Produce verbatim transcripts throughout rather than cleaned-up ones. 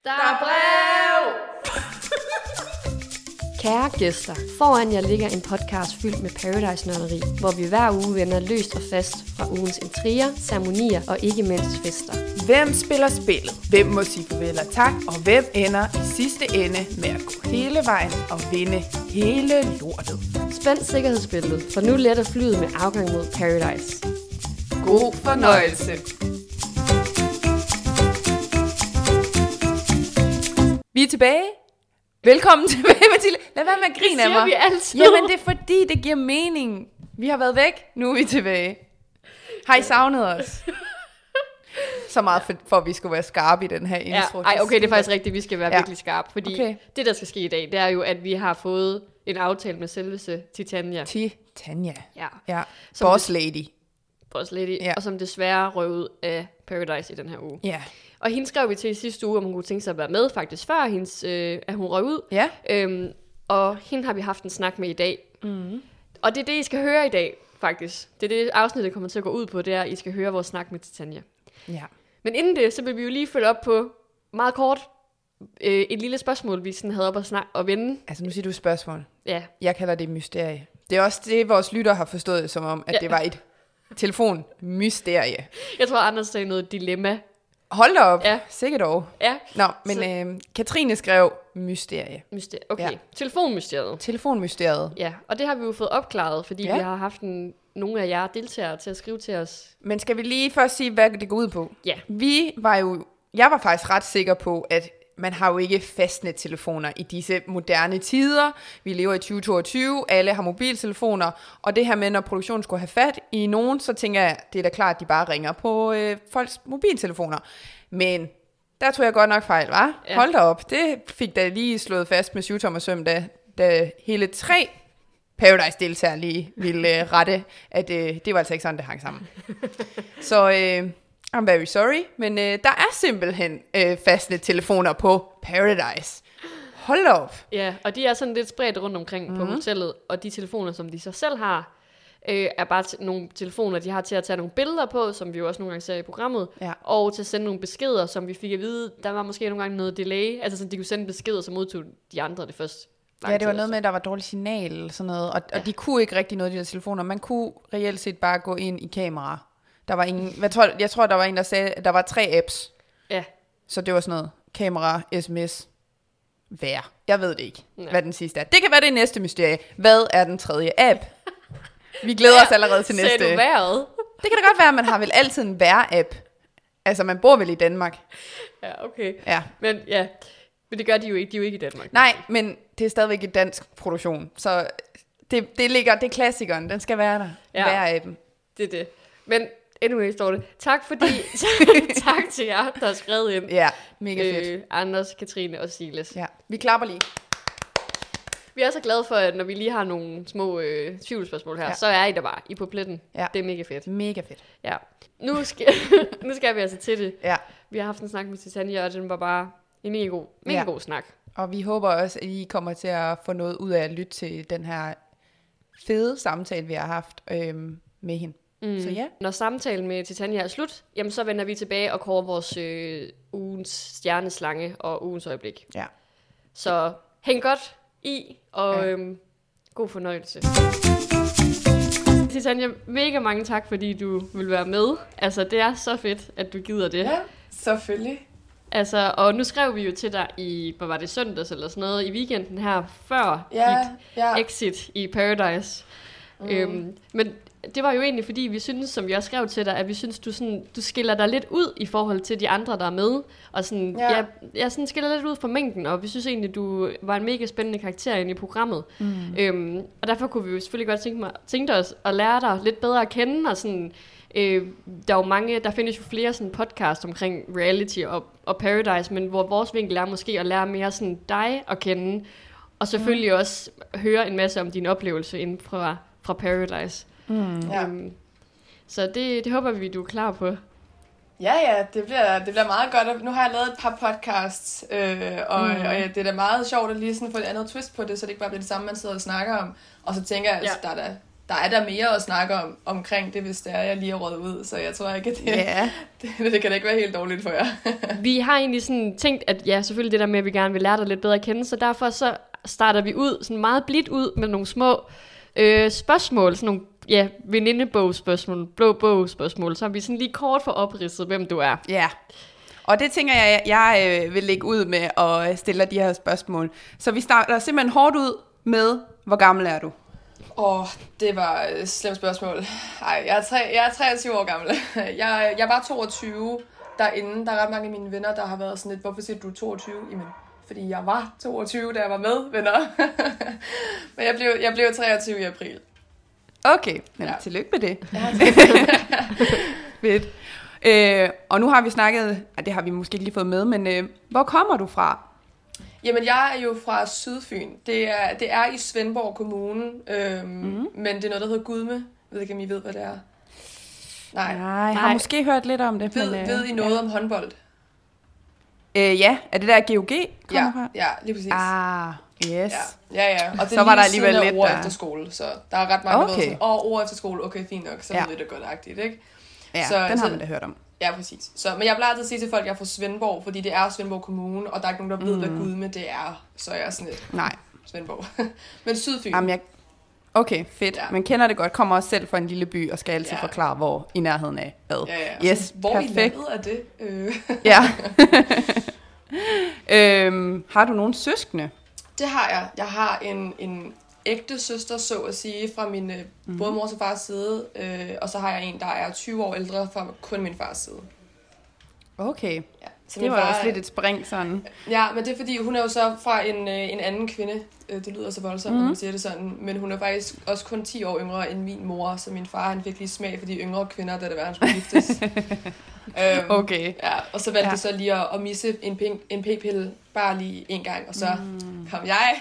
Der er brev! Kære gæster, foran jer ligger en podcast fyldt med Paradise-nørderi, hvor vi hver uge vender løst og fast fra ugens intriger, ceremonier og ikke mindst fester. Hvem spiller spillet? Hvem må sige farvel og tak? Og hvem ender i sidste ende med at gå hele vejen og vinde hele lortet? Spænd sikkerhedsbæltet, for nu letter flyet med afgang mod Paradise. God fornøjelse! Vi er tilbage. Velkommen tilbage, Mathilde. Lad være med at grine af mig. Det siger vi altid. Jamen, det er fordi, det giver mening. Vi har været væk, nu er vi tilbage. Har I savnet os? Så meget for, for at vi skulle være skarpe i den her intro. Ja, ej, okay, det er faktisk rigtigt, vi skal være ja. virkelig skarpe. Fordi okay. det, der skal ske i dag, det er jo, at vi har fået en aftale med selveste Titania. Titania. Ja. ja. Boss lady. Boss lady, ja. Og som desværre røg ud af Paradise i den her uge. Ja. Og hende skrev vi til i sidste uge, om hun kunne tænke sig at være med, faktisk før hendes, øh, at hun røg ud. Ja. Øhm, og hende har vi haft en snak med i dag. Mm. Og det er det, I skal høre i dag, faktisk. Det er det, afsnittet kommer til at gå ud på, det er, at I skal høre vores snak med Titania. Ja. Men inden det, så vil vi jo lige følge op på, meget kort, øh, et lille spørgsmål, vi sådan havde op at snakke og vende. Altså, nu siger du spørgsmål. Ja. Jeg kalder det mysterie. Det er også det, vores lytter har forstået som om, at ja. det var et telefonmysterie. Jeg tror, Anders sagde noget dilemma. Hold da op. Ja. Sikkert dog. Ja. Nå, men øh, Katrine skrev mysterie. Mysterie. Okay. Ja. Telefonmysteriet. Telefonmysteriet. Ja, og det har vi jo fået opklaret, fordi ja. vi har haft en, nogle af jer deltagere til at skrive til os. Men skal vi lige først sige, hvad det går ud på? Ja. Vi var jo, jeg var faktisk ret sikker på, at man har jo ikke fastnettelefoner i disse moderne tider. Vi lever i tyve toogtyve, alle har mobiltelefoner, og det her med, når produktionen skulle have fat i nogen, så tænker jeg, det er da klart, at de bare ringer på øh, folks mobiltelefoner. Men der tror jeg godt nok fejl, var. Ja. Hold da op, det fik da lige slået fast med syvtommersøm, da, da hele tre Paradise-deltagere lige ville øh, rette, at øh, det var altså ikke sådan, det hang sammen. Så øh, I'm very sorry, men øh, der er simpelthen øh, fastnettelefoner på Paradise. Hold op. Ja, og de er sådan lidt spredt rundt omkring mm-hmm. på hotellet, og de telefoner, som de så selv har, øh, er bare t- nogle telefoner, de har til at tage nogle billeder på, som vi jo også nogle gange ser i programmet, ja. og til at sende nogle beskeder, som vi fik at vide, der var måske nogle gange noget delay, altså sådan, de kunne sende beskeder, som modtog de andre det først. Ja, det var noget med, at der var dårligt signal eller sådan noget, og, ja. og de kunne ikke rigtig noget, de der telefoner. Man kunne reelt set bare gå ind i kamera. Der var ingen, jeg tror, jeg tror, der var en, der sagde, at der var tre apps. Ja. Så det var sådan noget, kamera, sms, vejr. Jeg ved det ikke, ja. hvad den sidste er. Det kan være det næste mysterie. Hvad er den tredje app? Vi glæder os allerede til næste. Sagde du vejret? Det kan da godt være, at man har vel altid en vejr-app. Altså, man bor vel i Danmark. Ja, okay. Ja. Men ja, men det gør de jo ikke. De er jo ikke i Danmark. Nej, men det er stadigvæk en dansk produktion. Så det, det ligger, det er klassikeren. Den skal være der. Ja. Vejr-appen. Det er det. Men anyway, står det. Tak fordi, tak til jer, der har skrevet ind. Ja, mega fedt. Øh, Anders, Katrine og Silas. Ja, vi klapper lige. Vi er så glade for, at når vi lige har nogle små øh, tvivlspørgsmål her, ja. så er I der bare. I er på pletten. Ja. Det er mega fedt. Mega fedt. Ja. Nu skal, nu skal vi altså til det. Ja. Vi har haft en snak med Titania, og den var bare en mega god, mega ja. god snak. Og vi håber også, at I kommer til at få noget ud af at lytte til den her fede samtale, vi har haft øhm, med hende. Mm. Så ja. Når samtalen med Titania er slut, jamen så vender vi tilbage og kårer vores øh, ugens stjerneslange og ugens øjeblik. Ja. Så hæng godt i, og ja. øhm, god fornøjelse. Titania, mega mange tak, fordi du vil være med. Altså, det er så fedt, at du gider det. Ja, selvfølgelig. Altså, og nu skrev vi jo til dig i, hvad var det, søndags eller sådan noget, i weekenden her, før ja, dit ja. exit i Paradise. Mm. Øhm, men det var jo egentlig, fordi vi synes, som jeg skrev til dig, at vi synes, du, sådan, du skiller dig lidt ud i forhold til de andre, der er med. Og sådan, ja. jeg, jeg sådan skiller lidt ud fra mængden, og vi synes egentlig, du var en mega spændende karakter inde i programmet. Mm. Øhm, og derfor kunne vi jo selvfølgelig godt tænke, mig, tænke os at lære dig lidt bedre at kende. Og sådan, øh, der er jo mange, der findes jo flere sådan podcast omkring reality og, og Paradise, men hvor vores vinkel er måske at lære mere sådan dig at kende. Og selvfølgelig mm. også høre en masse om din oplevelse inden fra, fra Paradise. Mm, ja. øhm, så det, det håber vi, du er klar på. Ja, ja, det bliver, det bliver meget godt. Nu har jeg lavet et par podcasts, øh, og, mm. og ja, det er da meget sjovt at lige sådan få et andet twist på det, så det ikke bare bliver det samme, man sidder og snakker om. Og så tænker jeg, at ja. der er da der er der mere at snakke om omkring det, hvis det er, jeg lige er rådet ud. Så jeg tror ikke, at det, yeah. det, det kan da ikke være helt dårligt for jer. Vi har egentlig sådan tænkt, at ja, selvfølgelig det der med, at vi gerne vil lære dig lidt bedre at kende, så derfor så starter vi ud, sådan meget blidt ud med nogle små øh, spørgsmål, sådan nogle ja, venindebogsspørgsmål, blå bogspørgsmål, så vi sådan lige kort får opridset, hvem du er. Ja, yeah. Og det tænker jeg, jeg øh, vil lægge ud med at stille dig de her spørgsmål. Så vi starter simpelthen hårdt ud med, hvor gammel er du? Åh, oh, det var et slemt spørgsmål. Ej, jeg er, tre, jeg er treogtyve år gammel. Jeg, jeg var toogtyve derinde. Der er ret mange af mine venner, der har været sådan lidt, hvorfor siger du toogtyve? Jamen, fordi jeg var toogtyve, da jeg var med, venner. Men jeg blev, jeg blev treogtyve i april. Okay, men ja. Tillykke med det. Fedt. Øh, og nu har vi snakket, det har vi måske ikke lige fået med, men øh, hvor kommer du fra? Jamen, jeg er jo fra Sydfyn. Det er, det er i Svendborg Kommune, øhm, mm. men det er noget, der hedder Gudme. Jeg ved ikke, om I ved, hvad det er. Nej. Nej, jeg har Nej. måske hørt lidt om det. Ved, men, øh, ved I noget ja. om håndbold? Øh, ja, er det der G O G kommer ja, fra? Ja, lige præcis. Ah, yes. Ja, ja. ja. Og det så var der alligevel lidt ord der. Efter skole, så der er ret mange, okay. der ved sådan, åh, ord efter skole, okay, fint nok, så ja. ved det godt-agtigt, ikke? Ja, så, den har så, man da hørt om. Ja, præcis. Så, men jeg plejer altid at sige til folk, at jeg er fra Svendborg, fordi det er Svendborg Kommune, og der er ikke nogen, der ved, mm. hvad Gudme det er. Så jeg er sådan lidt Nej. Svendborg. Men Sydfyn. Jamen, jeg... Okay, fedt. Ja. Man kender det godt. Kommer også selv fra en lille by, og skal altid ja. forklare, hvor i nærheden af hvad. Ja, ja. Yes, så, hvor perfekt. i landet er det? Øh. Ja. øhm, har du nogen søskende? Det har jeg. Jeg har en, en ægte søster, så at sige, fra min mm. både mors og fars side, øh, og så har jeg en, der er tyve år ældre fra kun min fars side. Okay. Ja, så det var far, også lidt et spring sådan. Ja, men det er fordi, hun er jo så fra en, en anden kvinde. Det lyder så voldsomt, mm. når man siger det sådan. Men hun er faktisk også kun ti år yngre end min mor, så min far han fik lige smag for de yngre kvinder, da det var, han skulle giftes. øhm, okay. Ja, og så valgte ja. de så lige at, at misse en, pink, en p-pille bare lige en gang, og så mm. kom jeg.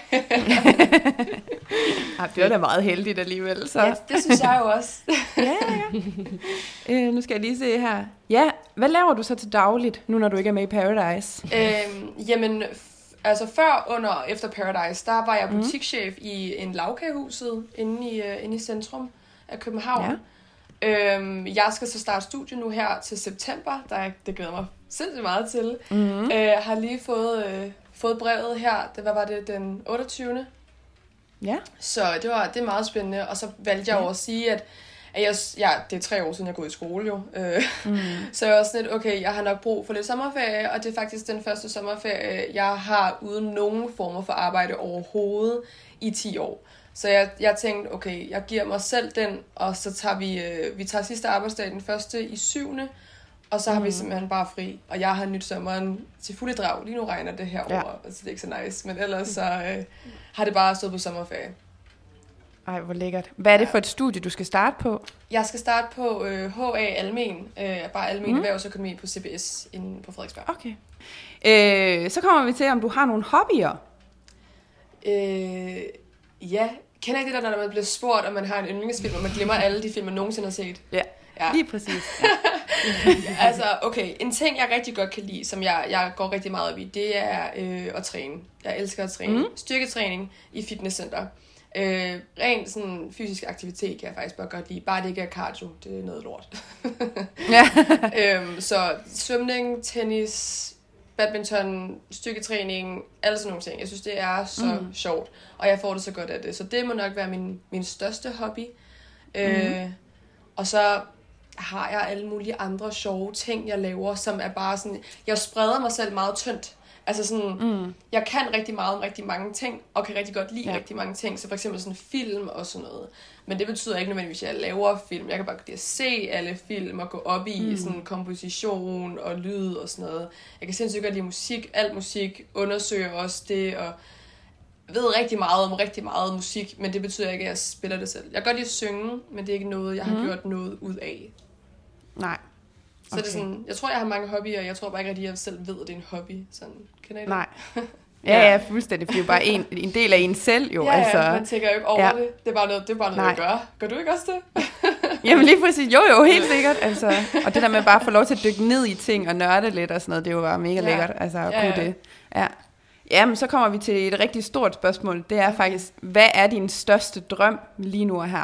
Ej, det var da meget heldigt alligevel. Så. Ja, det synes jeg jo også. ja, ja. Øh, nu skal jeg lige se her. Ja, hvad laver du så til dagligt, nu når du ikke er med i Paradise? Øhm, jamen, f- altså før, under efter Paradise, der var jeg butikschef mm. i en lavkagehuset inde i, uh, inde i centrum af København. Ja. Øhm, jeg skal så starte studie nu her til september, der er, det glæder mig sindssygt meget til. Mm-hmm. Øh, har lige fået, øh, fået brevet her, det, hvad var det, den otteogtyvende Ja. Så det var det er meget spændende, og så valgte jeg ja. over at sige, at, at jeg, ja, det er tre år siden, jeg er gået i skole jo. Øh, mm. Så jeg var sådan lidt, okay, jeg har nok brug for lidt sommerferie, og det er faktisk den første sommerferie, jeg har uden nogen former for arbejde overhovedet i ti år. Så jeg, jeg tænkte, okay, jeg giver mig selv den, og så tager vi, øh, vi tager sidste arbejdsdag den første i syvende, og så har mm. vi simpelthen bare fri. Og jeg har nyt sommeren til fulde drag. Lige nu regner det her over, ja. altså det er ikke så nice, men ellers så øh, har det bare stået på sommerferie. Ej, hvor lækkert. Hvad er det for et studie, du skal starte på? Jeg skal starte på øh, H A Almen, øh, bare Almen mm. Erhvervsøkonomi på C B S inde på Frederiksberg. Okay. Øh, så kommer vi til, om du har nogle hobbyer. Øh, ja, kender ikke det der, når man bliver spurgt, om man har en yndlingsfilm, og man glemmer alle de film, man nogensinde har set? Ja, ja. Lige præcis. Ja. Altså, okay, en ting, jeg rigtig godt kan lide, som jeg, jeg går rigtig meget op i, det er øh, at træne. Jeg elsker at træne. Mm. Styrketræning i fitnesscenter. Øh, ren sådan, fysisk aktivitet kan jeg faktisk bare godt lide. Bare det ikke er cardio, det er noget lort. Ja. øhm, så svømning, tennis, badminton, styrketræning, alle sådan nogle ting. Jeg synes, det er så mm. sjovt, og jeg får det så godt af det. Så det må nok være min, min største hobby. Mm. Øh, og så har jeg alle mulige andre sjove ting, jeg laver, som er bare sådan... Jeg spreder mig selv meget tyndt. Altså sådan, mm. jeg kan rigtig meget om rigtig mange ting, og kan rigtig godt lide ja. rigtig mange ting. Så for eksempel sådan film og sådan noget. Men det betyder ikke nødvendigvis, at jeg laver film. Jeg kan bare godt lide at se alle film og gå op i mm. sådan komposition og lyd og sådan noget. Jeg kan sindssygt godt lide musik, alt musik, undersøger også det, og ved rigtig meget om rigtig meget musik, men det betyder ikke, at jeg spiller det selv. Jeg kan godt lide at synge, men det er ikke noget, jeg har mm. gjort noget ud af. Nej. Så okay. det er sådan, jeg tror, jeg har mange hobbyer, og jeg tror bare ikke, at jeg selv ved, at det er en hobby. Sådan, kender I det? Nej. Ja, ja, fuldstændig. Det er jo bare en, en del af en selv, jo. Ja, altså. ja, man tænker jo ikke over ja. det. Det er bare noget, det er bare noget, Nej. jeg gør. Gør du ikke også det? Jamen lige præcis. Jo, jo, helt sikkert. Altså. Og det der med bare at få lov til at dykke ned i ting og nørde lidt og sådan noget, det er jo bare mega ja. lækkert. Altså at ja, kunne ja. det. Ja. Jamen, så kommer vi til et rigtig stort spørgsmål. Det er faktisk, hvad er din største drøm lige nu og her?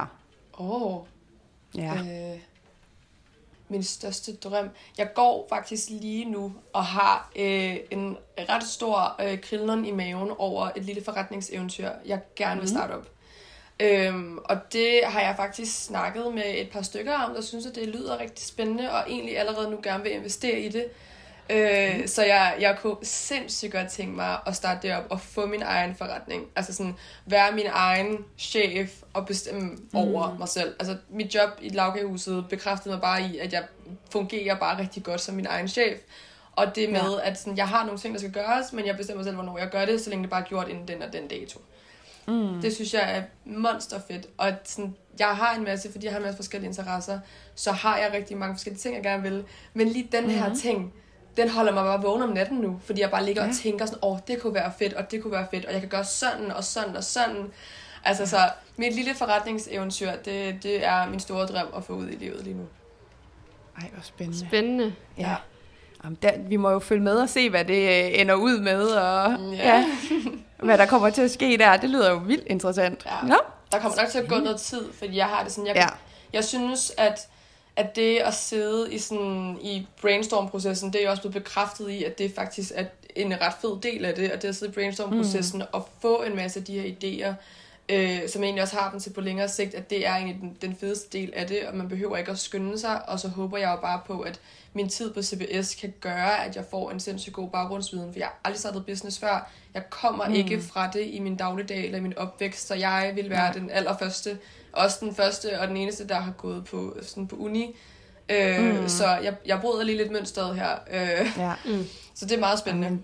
Åh. Oh. Ja. Øh, min største drøm. Jeg går faktisk lige nu og har øh, en ret stor øh, krilleren i maven over et lille forretningseventyr, jeg gerne vil starte op. Øhm, og det har jeg faktisk snakket med et par stykker om, der synes, at det lyder rigtig spændende, og egentlig allerede nu gerne vil investere i det. Øh, mm. Så jeg, jeg kunne sindssygt godt tænke mig at starte det op og få min egen forretning. Altså sådan være min egen chef og bestemme mm. over mig selv. Altså mit job i Lagkagehuset bekræftede mig bare i, at jeg fungerer bare rigtig godt som min egen chef. Og det med, ja. at sådan, jeg har nogle ting, der skal gøres, men jeg bestemmer selv, hvornår jeg gør det, så længe det bare er gjort inden den og den dato. Mm. Det synes jeg er monsterfedt. Og sådan, jeg har en masse, fordi jeg har en masse forskellige interesser, så har jeg rigtig mange forskellige ting, jeg gerne vil. Men lige den her mm. ting, den holder mig bare vågen om natten nu, fordi jeg bare ligger ja. og tænker sådan, åh, oh, det kunne være fedt, og det kunne være fedt, og jeg kan gøre sådan, og sådan, og sådan. Altså, ja. så mit lille forretningseventyr, det, det er min store drøm at få ud i livet lige nu. Ej, hvor spændende. Spændende. Ja. ja. Jamen, der, vi må jo følge med og se, hvad det ender ud med, og ja. Ja, hvad der kommer til at ske der. Det lyder jo vildt interessant. Ja. Ja. Der kommer nok til at gå noget tid, fordi jeg har det sådan, jeg, ja. jeg synes, at at det at sidde i sådan i brainstorm-processen, det er jo også blevet bekræftet i, at det faktisk er en ret fed del af det, at det at sidde i brainstorm-processen mm. og få en masse af de her idéer, øh, som egentlig også har dem til på længere sigt, at det er egentlig den, den fedeste del af det, og man behøver ikke at skynde sig, og så håber jeg jo bare på, at min tid på C B S kan gøre, at jeg får en sindssygt god baggrundsviden, for jeg har aldrig startet business før. Jeg kommer mm. ikke fra det i min dagligdag eller i min opvækst, så jeg vil være ja. den allerførste, også den første og den eneste, der har gået på, sådan på uni. Øh, mm. Så jeg, jeg bryder lige lidt mønstret her. Øh, ja. mm. Så det er meget spændende. Amen.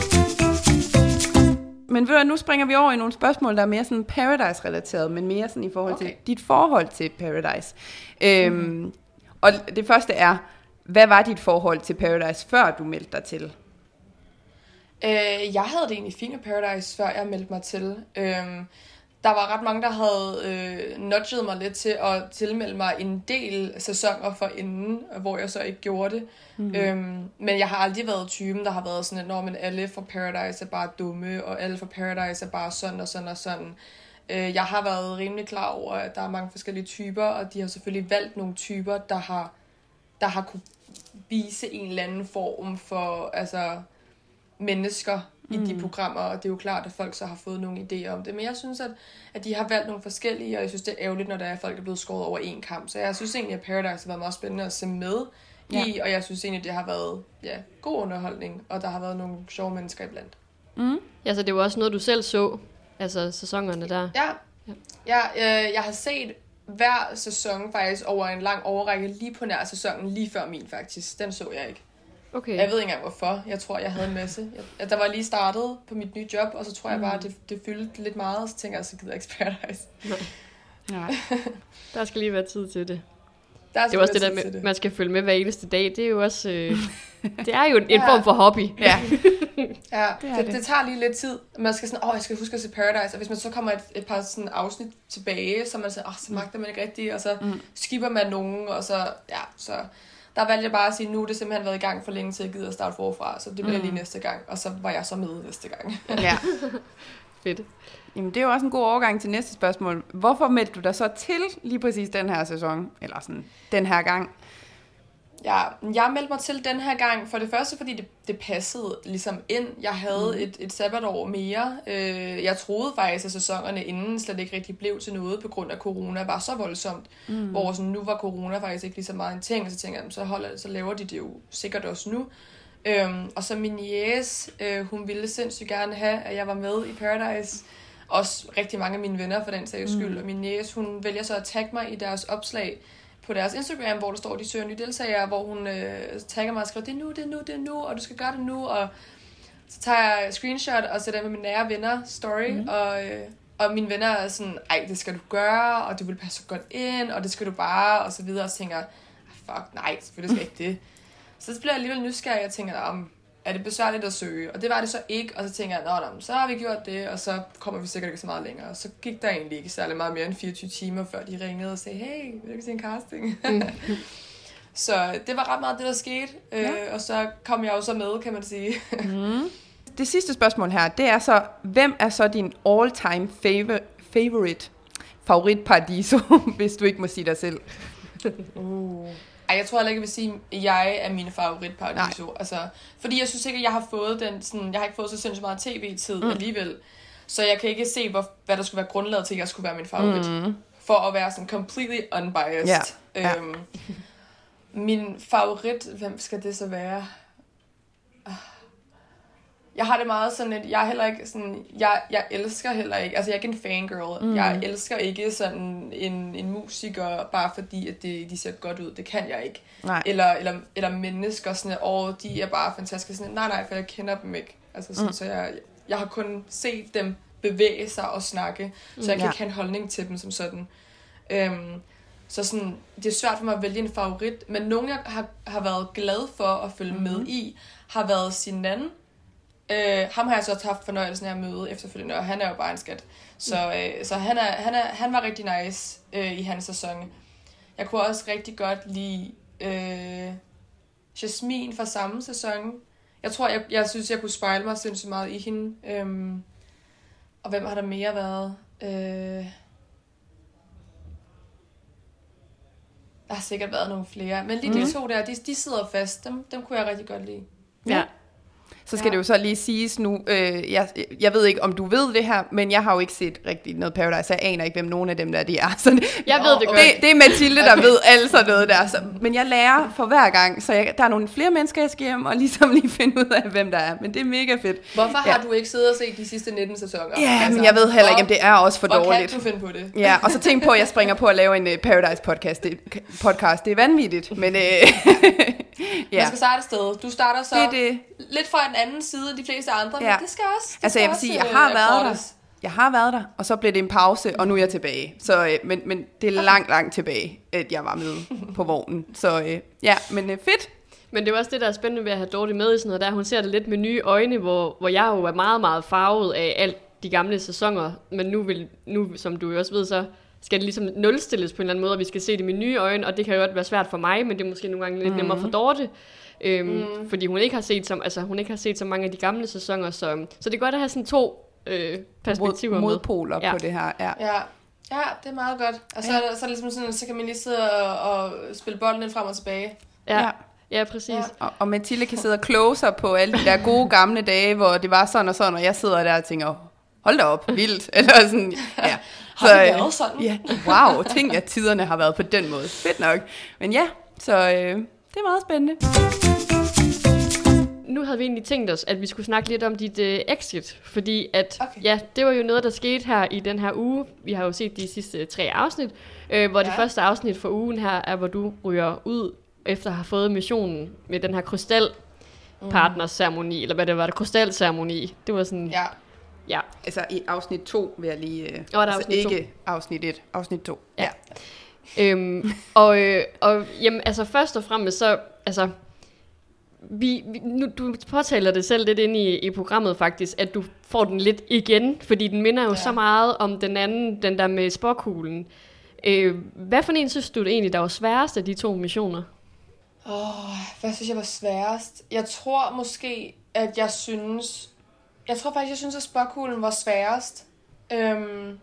Men ved du, nu springer vi over i nogle spørgsmål, der er mere sådan Paradise-relateret, men mere sådan i forhold okay. til dit forhold til Paradise. Øhm, mm. Og det første er, hvad var dit forhold til Paradise, før du meldte dig til? Øh, jeg havde det egentlig fint med Paradise, før jeg meldte mig til. Øhm, der var ret mange, der havde øh, nudget mig lidt til at tilmelde mig en del sæsoner for inden, hvor jeg så ikke gjorde det. Mm. Øhm, men jeg har aldrig været typen, der har været sådan, at når man alle fra Paradise er bare dumme, og alle fra Paradise er bare sådan og sådan og sådan. Øh, jeg har været rimelig klar over, at der er mange forskellige typer, og de har selvfølgelig valgt nogle typer, der har, der har kunne vise en eller anden form for altså, mennesker i mm. de programmer, og det er jo klart, at folk så har fået nogle idéer om det. Men jeg synes, at, at de har valgt nogle forskellige, og jeg synes, det er ærgerligt, når der er folk, der er blevet skåret over en kamp. Så jeg synes egentlig, at Paradise har været meget spændende at se med ja. i, og jeg synes egentlig, det har været ja, god underholdning, og der har været nogle sjove mennesker iblandt. Mm. Ja, så det var også noget, du selv så, altså sæsonerne der. Ja, ja. ja øh, jeg har set hver sæson faktisk over en lang overrække, lige på nær sæsonen, lige før min faktisk. Den så jeg ikke. Okay. Jeg ved ikke engang hvorfor. Jeg tror, jeg havde en masse. Jeg, der var lige startet på mit nye job, og så tror jeg bare, at det, det fyldte lidt meget, og så tænker jeg, så gider jeg ikke Paradise. Nej. Nej. Der skal lige være tid til det. Der det er også det der med, man skal følge med hver eneste dag. Det er jo også, øh, det er jo en, en ja. form for hobby. Ja, ja det, det. Det, det tager lige lidt tid. Man skal sådan, åh, jeg skal huske at se Paradise, og hvis man så kommer et, et par sådan afsnit tilbage, så man sådan, åh, så magter man ikke rigtigt, og så mm. skipper man nogen, og så, ja, så... Der valgte jeg bare at sige, nu er det simpelthen været i gang for længe til, at jeg gider at starte forfra, så det bliver mm. lige næste gang, og så var jeg så med næste gang. Ja, fedt. Jamen, det er jo også en god overgang til næste spørgsmål. Hvorfor meldte du dig så til lige præcis den her sæson, eller sådan den her gang? Ja, jeg meldte mig til den her gang, for det første, fordi det, det passede ligesom ind. Jeg havde mm. et, et sabbatår mere. Øh, jeg troede faktisk, at sæsonerne inden slet ikke rigtig blev til noget, på grund af corona var så voldsomt. Mm. Hvor sådan, nu var corona faktisk ikke lige så meget en ting, og så tænker jeg, så, holder, så laver de det jo sikkert også nu. Øhm, og så min jæs, øh, hun ville sindssygt gerne have, at jeg var med i Paradise. Også rigtig mange af mine venner for den sags skyld. Mm. Og min jæs, hun vælger så at tagge mig i deres opslag på deres Instagram, hvor der står, de søger nye deltagere, hvor hun øh, tagger mig og skriver, det er nu, det er nu, det er nu, og du skal gøre det nu, og så tager jeg screenshot og sætter med mine nære venner story, mm. og, øh, og mine venner er sådan, ej, det skal du gøre, og du vil passe så godt ind, og det skal du bare, og så videre, og så tænker jeg, fuck, nej, selvfølgelig skal jeg ikke det. Så bliver jeg alligevel nysgerrig, og tænker, om er det besværligt at søge? Og det var det så ikke, og så tænker jeg, nå, nå, så har vi gjort det, og så kommer vi sikkert ikke så meget længere. Og så gik der egentlig ikke særlig meget mere end fireogtyve timer, før de ringede og sagde, hey, vil du ikke se en casting? Mm. Så det var ret meget det, der skete, ja. øh, og så kom jeg jo så med, kan man sige. Mm. Det sidste spørgsmål her, det er så, hvem er så din all-time favorite favorit Paradiso, hvis du ikke må sige dig selv? Uh. Ej, jeg tror heller ikke, jeg vil sige, at jeg er min favorit Paradiso. Altså, fordi jeg synes ikke, at jeg har fået den sådan, jeg har ikke fået så sindssygt meget tv-tid mm. alligevel. Så jeg kan ikke se, hvor, hvad der skulle være grundlaget til, at jeg skulle være min favorit. Mm. For at være sådan completely unbiased. Yeah. Øhm, min favorit, hvem skal det så være? Jeg har det meget sådan, at jeg er heller ikke sådan, jeg, jeg elsker heller ikke, altså jeg er ikke en fangirl. Mm. Jeg elsker ikke sådan en, en musiker, bare fordi, at det, de ser godt ud. Det kan jeg ikke. Eller, eller, eller mennesker sådan, at åh, de er bare fantastiske. Sådan, nej, nej, for jeg kender dem ikke. Altså sådan, mm. så jeg, jeg har kun set dem bevæge sig og snakke, så jeg kan ja. ikke have en holdning til dem som sådan. Øhm, så sådan, det er svært for mig at vælge en favorit, men nogen, jeg har, har været glad for at følge mm. med i, har været Sinan. Øh, ham har jeg så haft fornøjelsen af at møde efterfølgende, og han er jo bare en skat. Så, øh, så han, er, han, er, han var rigtig nice øh, i hans sæson. Jeg kunne også rigtig godt lide øh, Jasmine fra samme sæson. Jeg tror, jeg, jeg synes, jeg kunne spejle mig sindssygt meget i hende. Øhm, og hvem har der mere været? Øh, der har sikkert været nogle flere. Men lige mm. de to der, de, de sidder fast. Dem, dem kunne jeg rigtig godt lide. Ja. Så skal ja. det jo så lige siges nu, øh, jeg, jeg ved ikke, om du ved det her, men jeg har jo ikke set rigtig noget Paradise, jeg aner ikke, hvem nogen af dem der de er. Så det, jeg ved det godt. Det, det er Mathilde, der okay. ved alt sådan noget der. Så, men jeg lærer for hver gang, så jeg, der er nogle flere mennesker, jeg skal hjem og ligesom lige finde ud af, hvem der er. Men det er mega fedt. Hvorfor ja. har du ikke siddet og set de sidste nitten sæsoner? Ja, altså, men jeg ved heller ikke, om det er også for og dårligt. Og kan du finde på det? Ja, og så tænk på, at jeg springer på at lave en uh, Paradise podcast. Det, podcast. Det er vanvittigt, men... Uh, ja. Man skal starte et sted. Du starter så det, det. lidt fra en anden side end de fleste andre, ja. men det skal også det Altså skal jeg vil også, sige, jeg har øh, været der. Jeg har været der, og så blev det en pause, og nu er jeg tilbage. Så, øh, men, men det er langt, langt tilbage, at jeg var med på vognen. Så øh, ja, men øh, fedt. Men det er også det, der er spændende ved at have Dorte med i sådan noget der. Hun ser det lidt med nye øjne, hvor, hvor jeg jo er meget, meget farvet af alt de gamle sæsoner. Men nu, vil, nu som du jo også ved, så skal det ligesom nulstilles på en eller anden måde, og vi skal se det med nye øjne, og det kan jo godt være svært for mig, men det er måske nogle gange lidt mm. nemmere for Dorte. Øhm, mm. Fordi hun ikke har set som, altså hun ikke har set så mange af de gamle sæsoner, så, så det er godt at have sådan to øh, perspektiver Mod, modpoler ja. på det her. Ja. Ja. Ja, det er meget godt. Og så, ja. er, så, er det ligesom sådan, så kan man lige sidde og, og spille bolden lidt frem og tilbage. Ja, ja, ja præcis. Ja. Og, og Mathilde kan sidde og kloge sig på alle de der gode gamle dage, hvor det var sådan og sådan, og jeg sidder der og tænker, hold da op, vildt. Eller sådan, ja. Har det været sådan? Ja, wow, tænk at tiderne har været på den måde. Fedt nok. Men ja, så øh, det er meget spændende. Nu havde vi egentlig tænkt os, at vi skulle snakke lidt om dit øh, exit, fordi at, okay. ja, det var jo noget, der skete her i den her uge. Vi har jo set de sidste tre afsnit, øh, hvor ja. det første afsnit for ugen her er, hvor du ryger ud, efter at have fået missionen med den her krystalpartnerceremoni, mm. eller hvad det var, det krystalceremoni. Det var sådan... Ja. Ja. Altså i afsnit to vil jeg lige... Øh, oh, altså afsnit ikke to. afsnit et, afsnit to. Ja. ja. øhm, og, øh, og jamen, altså først og fremmest så... Altså, vi, vi, nu, du påtaler det selv lidt inde i, i programmet faktisk, at du får den lidt igen, fordi den minder jo ja. så meget om den anden, den der med sporkuglen. Øh, hvad for en synes du det egentlig, der var sværest af de to missioner? Åh, oh, hvad synes jeg var sværest? Jeg tror måske, at jeg synes... Jeg tror faktisk, jeg synes, at sporkuglen var sværest. Øhm,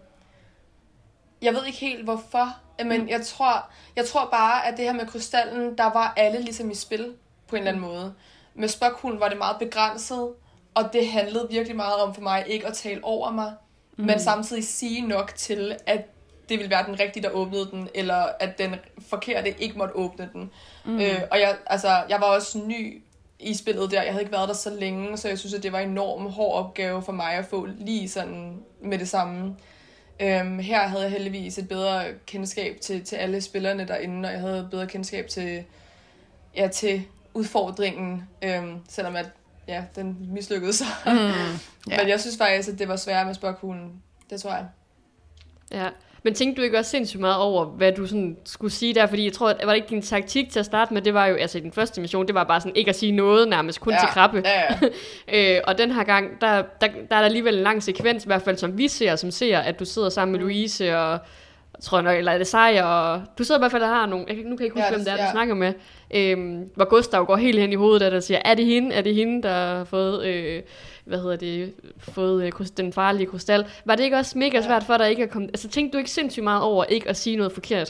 jeg ved ikke helt, hvorfor, men mm. jeg tror, jeg tror bare, at det her med krystallen, der var alle ligesom i spil på en eller anden måde. Med sporkuglen var det meget begrænset, og det handlede virkelig meget om for mig ikke at tale over mig, mm. men samtidig sige nok til, at det ville være den rigtige, der åbnede den, eller at den forkerte ikke måtte åbne den. Mm. Øh, og jeg, altså, jeg var også ny i spillet der. Jeg havde ikke været der så længe, så jeg synes, at det var en enormt hård opgave for mig at få lige sådan med det samme. Øhm, her havde jeg heldigvis et bedre kendskab til, til alle spillerne derinde, og jeg havde et bedre kendskab til, ja, til udfordringen, øhm, selvom at, ja, den mislykkedes sig. Mm, yeah. Men jeg synes faktisk, at det var sværere med sporkuglen. Det tror jeg. Ja. Men tænkte du ikke også sindssygt meget over, hvad du sådan skulle sige der? Fordi jeg tror, at var det ikke din taktik til at starte med? Det var jo, altså i den første mission, det var bare sådan ikke at sige noget nærmest, kun ja, til Krabbe. Ja, ja. øh, og den her gang, der, der, der er der alligevel en lang sekvens, i hvert fald som vi ser, som ser, at du sidder sammen med Louise og, tror jeg nok, eller er det Sejer, og du sidder i hvert fald og har nogle, jeg, nu kan jeg ikke huske, ja, hvem det er, ja. du snakker med, øhm, hvor Gustav går helt hen i hovedet, der, der siger, er det hende, er det hende, der har fået... Øh, hvad hedder det, fået øh, den farlige krystal. Var det ikke også mega svært for dig ikke at komme... Altså tænkte du ikke sindssygt meget over ikke at sige noget forkert?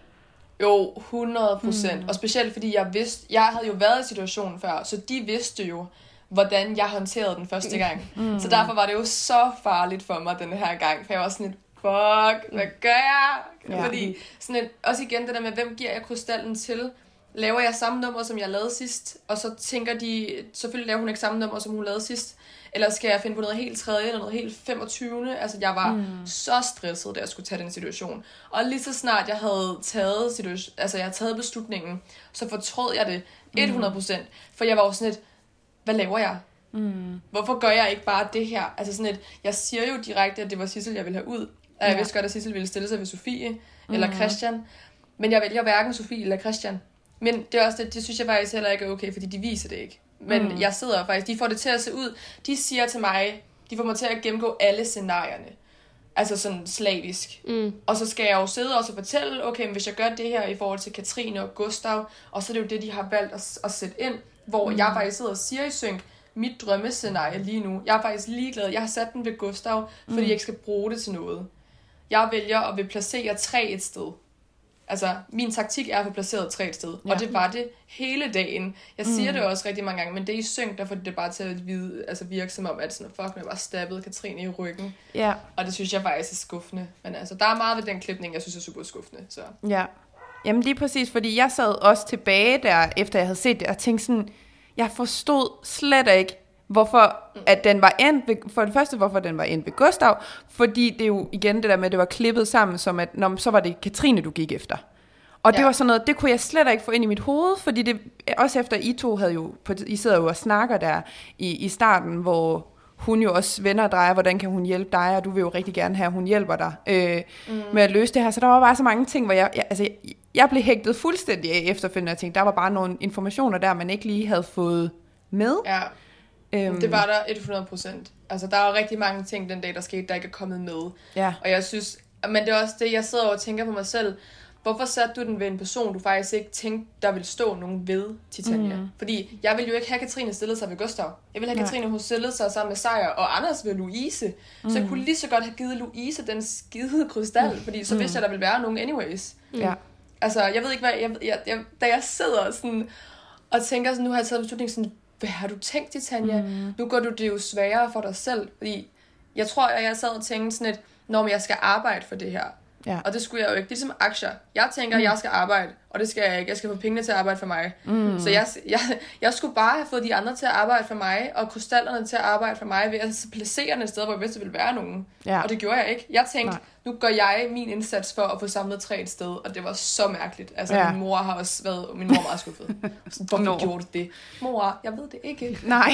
Jo, hundrede procent. Mm. Og specielt fordi jeg vidste, jeg havde jo været i situationen før, så de vidste jo, hvordan jeg håndterede den første gang. Mm. Så derfor var det jo så farligt for mig den her gang, for jeg var sådan lidt, fuck, hvad gør jeg? Ja. Fordi sådan et, også igen det der med, hvem giver jeg krystallen til? Laver jeg samme nummer, som jeg lavede sidst? Og så tænker de, selvfølgelig laver hun ikke samme nummer, som hun lavede sidst. Eller skal jeg finde på noget helt tredje, eller noget helt femogtyvende? Altså, jeg var mm. så stresset, da jeg skulle tage den situation. Og lige så snart jeg havde taget, situation, altså, jeg havde taget beslutningen, så fortrød jeg det hundrede procent. Mm. For jeg var jo sådan et, hvad laver jeg? Mm. Hvorfor gør jeg ikke bare det her? Altså sådan et, jeg siger jo direkte, at det var Sissel, jeg ville have ud. Og jeg ja. vidste godt, at Sissel ville stille sig ved Sofie, mm. eller Christian. Men jeg vælger hverken Sofie eller Christian. Men det er også det, det synes jeg faktisk heller ikke er okay, fordi de viser det ikke. Men mm. jeg sidder faktisk, de får det til at se ud, de siger til mig, de får mig til at gennemgå alle scenarierne. Altså sådan slavisk. Mm. Og så skal jeg jo sidde og så fortælle, okay, men hvis jeg gør det her i forhold til Katrine og Gustav, og så er det jo det, de har valgt at, at sætte ind, hvor mm. jeg faktisk sidder og siger i synk, mit drømmescenarie lige nu, jeg er faktisk ligeglad, jeg har sat den ved Gustav, fordi mm. jeg ikke skal bruge det til noget. Jeg vælger at vil placere tre et sted. Altså, min taktik er at få placeret tre et sted. Ja. Og det var det hele dagen. Jeg siger mm. det også rigtig mange gange, men det er i synk, der får det bare til at vide, altså virke som om, at sådan, fuck, jeg bare stabbede Katrine i ryggen. Ja. Og det synes jeg faktisk er skuffende. Men altså, der er meget ved den klipning, jeg synes er super skuffende. Så. Ja, jamen lige præcis, fordi jeg sad også tilbage der, efter jeg havde set det, og tænkte sådan, jeg forstod slet ikke, hvorfor at den var endt ved, for det første, hvorfor den var endt ved Gustav, fordi det er jo igen det der med, at det var klippet sammen, som at, når, så var det Katrine, du gik efter. Og det ja. var sådan noget, det kunne jeg slet ikke få ind i mit hoved, fordi det, også efter I to havde jo, I sidder jo og snakker der i, i starten, hvor hun jo også vender og drejer, hvordan kan hun hjælpe dig, og du vil jo rigtig gerne have, at hun hjælper dig øh, mm. med at løse det her. Så der var bare så mange ting, hvor jeg, jeg, altså, jeg, jeg blev hægtet fuldstændig af efterfølgende, og tænkte, der var bare nogle informationer der, man ikke lige havde fået med. Ja. Øhm. Det var der hundrede procent. Altså, der er jo rigtig mange ting den dag, der skete, der ikke er kommet med. Ja. Og jeg synes, men det er også det, jeg sidder og tænker på mig selv. Hvorfor satte du den ved en person, du faktisk ikke tænkte, der ville stå nogen ved, Titania? Mm. Fordi jeg ville jo ikke have Katrine stillet sig ved Gustav. Jeg ville have ja. Katrine, hun stillede sig sammen med Sejr, og Anders ved Louise. Mm. Så jeg kunne lige så godt have givet Louise den skide krystal, mm. fordi så mm. vidste jeg, der ville være nogen anyways. Mm. Ja. Altså, jeg ved ikke, hvad... Jeg, jeg, jeg, da jeg sidder sådan og tænker, sådan, nu har jeg taget beslutningen sådan, hvad har du tænkt, Titania? Mm. Nu går du det jo sværere for dig selv, fordi jeg tror, at jeg sad og tænkte sådan et, når jeg skal arbejde for det her. Ja. Og det skulle jeg jo ikke. Det er ligesom aktier. Jeg tænker, mm. at jeg skal arbejde, og det skal jeg ikke. Jeg skal få pengene til at arbejde for mig. Mm. Så jeg, jeg, jeg skulle bare have fået de andre til at arbejde for mig, og krystallerne til at arbejde for mig, ved at placere den et sted, hvor jeg vidste, ville være nogen. Ja. Og det gjorde jeg ikke. Jeg tænkte, Nej. nu gør jeg min indsats for at få samlet træ et sted, og det var så mærkeligt. Altså, ja. min mor har også været, min mor er meget skuffet. Sådan, hvorfor no. gjorde du det? Mor, jeg ved det ikke. Nej.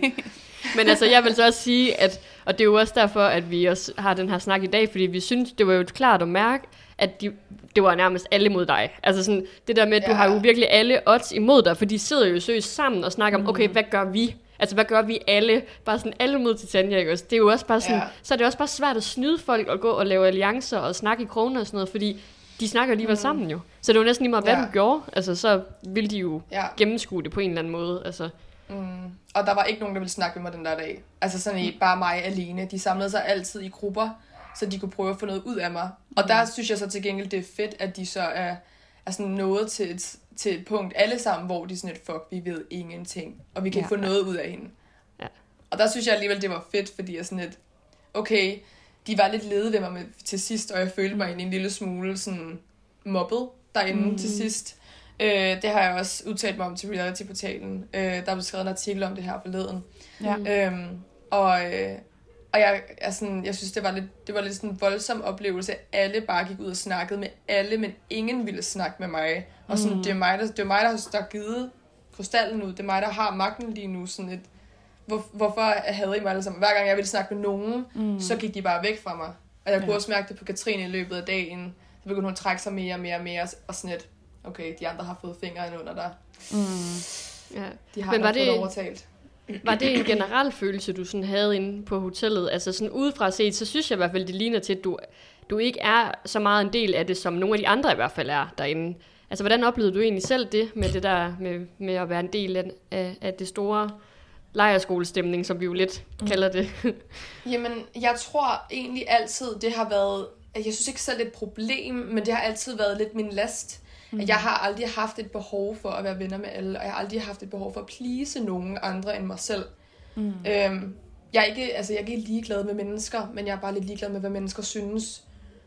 Men altså, jeg vil så også sige, at, og det er jo også derfor, at vi også har den her snak i dag, fordi vi synes, det var jo klart at mærke, at de, det var nærmest alle mod dig. Altså sådan, det der med, at ja. du har jo virkelig alle odds imod dig, for de sidder jo seriøst sammen og snakker om, okay, hvad gør vi? Altså, hvad gør vi alle? Bare sådan alle mod Titania, ikke også? Det er jo også bare sådan, ja. så er det også bare svært at snyde folk og gå og lave alliancer og snakke i kroner og sådan noget, fordi de snakker alligevel mm. sammen jo. Så det var næsten lige meget, hvad ja. du gjorde. Altså, så ville de jo ja. gennemskue det på en eller anden måde. Altså. Mm. Og der var ikke nogen, der ville snakke med mig den der dag. Altså sådan i, bare mig alene. De samlede sig altid i grupper, så de kunne prøve at få noget ud af mig. Og mm. der synes jeg så til gengæld, det er fedt, at de så er, er sådan nået til et, til et punkt alle sammen, hvor de sådan et, fuck, vi ved ingenting, og vi kan ja. få noget ud af hende. Ja. Og der synes jeg alligevel, det var fedt, fordi jeg sådan et, okay, de var lidt lede ved mig med, til sidst, og jeg følte mig en lille smule sådan mobbet derinde mm. til sidst. Øh, det har jeg også udtalt mig om til Reality-portalen. Øh, der er blevet skrevet en artikel om det her forleden. Ja. Øhm, og øh, og jeg, jeg, sådan, jeg synes, det var, lidt, det var lidt sådan en voldsom oplevelse. Alle bare gik ud og snakkede med alle, men ingen ville snakke med mig. Og sådan, mm. det er mig, der, det er mig, der har givet krystallen ud. Det er mig, der har magten lige nu. Sådan et, hvor, hvorfor havde I mig alle sammen? Hver gang jeg ville snakke med nogen, mm. så gik de bare væk fra mig. Og jeg ja. kunne også mærke det på Katrine i løbet af dagen. Så begyndte hun at trække sig mere og mere og mere. Og sådan et, okay, de andre har fået fingre under dig. Mm. Ja. De har men nok fået overtalt. Var det en generel følelse, du sådan havde inde på hotellet? Altså sådan udefra set, så synes jeg i hvert fald, det ligner til, at du, du ikke er så meget en del af det, som nogle af de andre i hvert fald er derinde. Altså, hvordan oplevede du egentlig selv det, med det der, med, med at være en del af, af, af det store lejrskolestemning, som vi jo lidt mm. kalder det? Jamen, jeg tror egentlig altid, det har været, jeg synes ikke selv det er et problem, men det har altid været lidt min last. Mm. Jeg har aldrig haft et behov for at være venner med alle, og jeg har aldrig haft et behov for at please nogen andre end mig selv. Mm. Øhm, jeg, er ikke, altså, jeg er ikke ligeglad med mennesker, men jeg er bare lidt ligeglad med, hvad mennesker synes.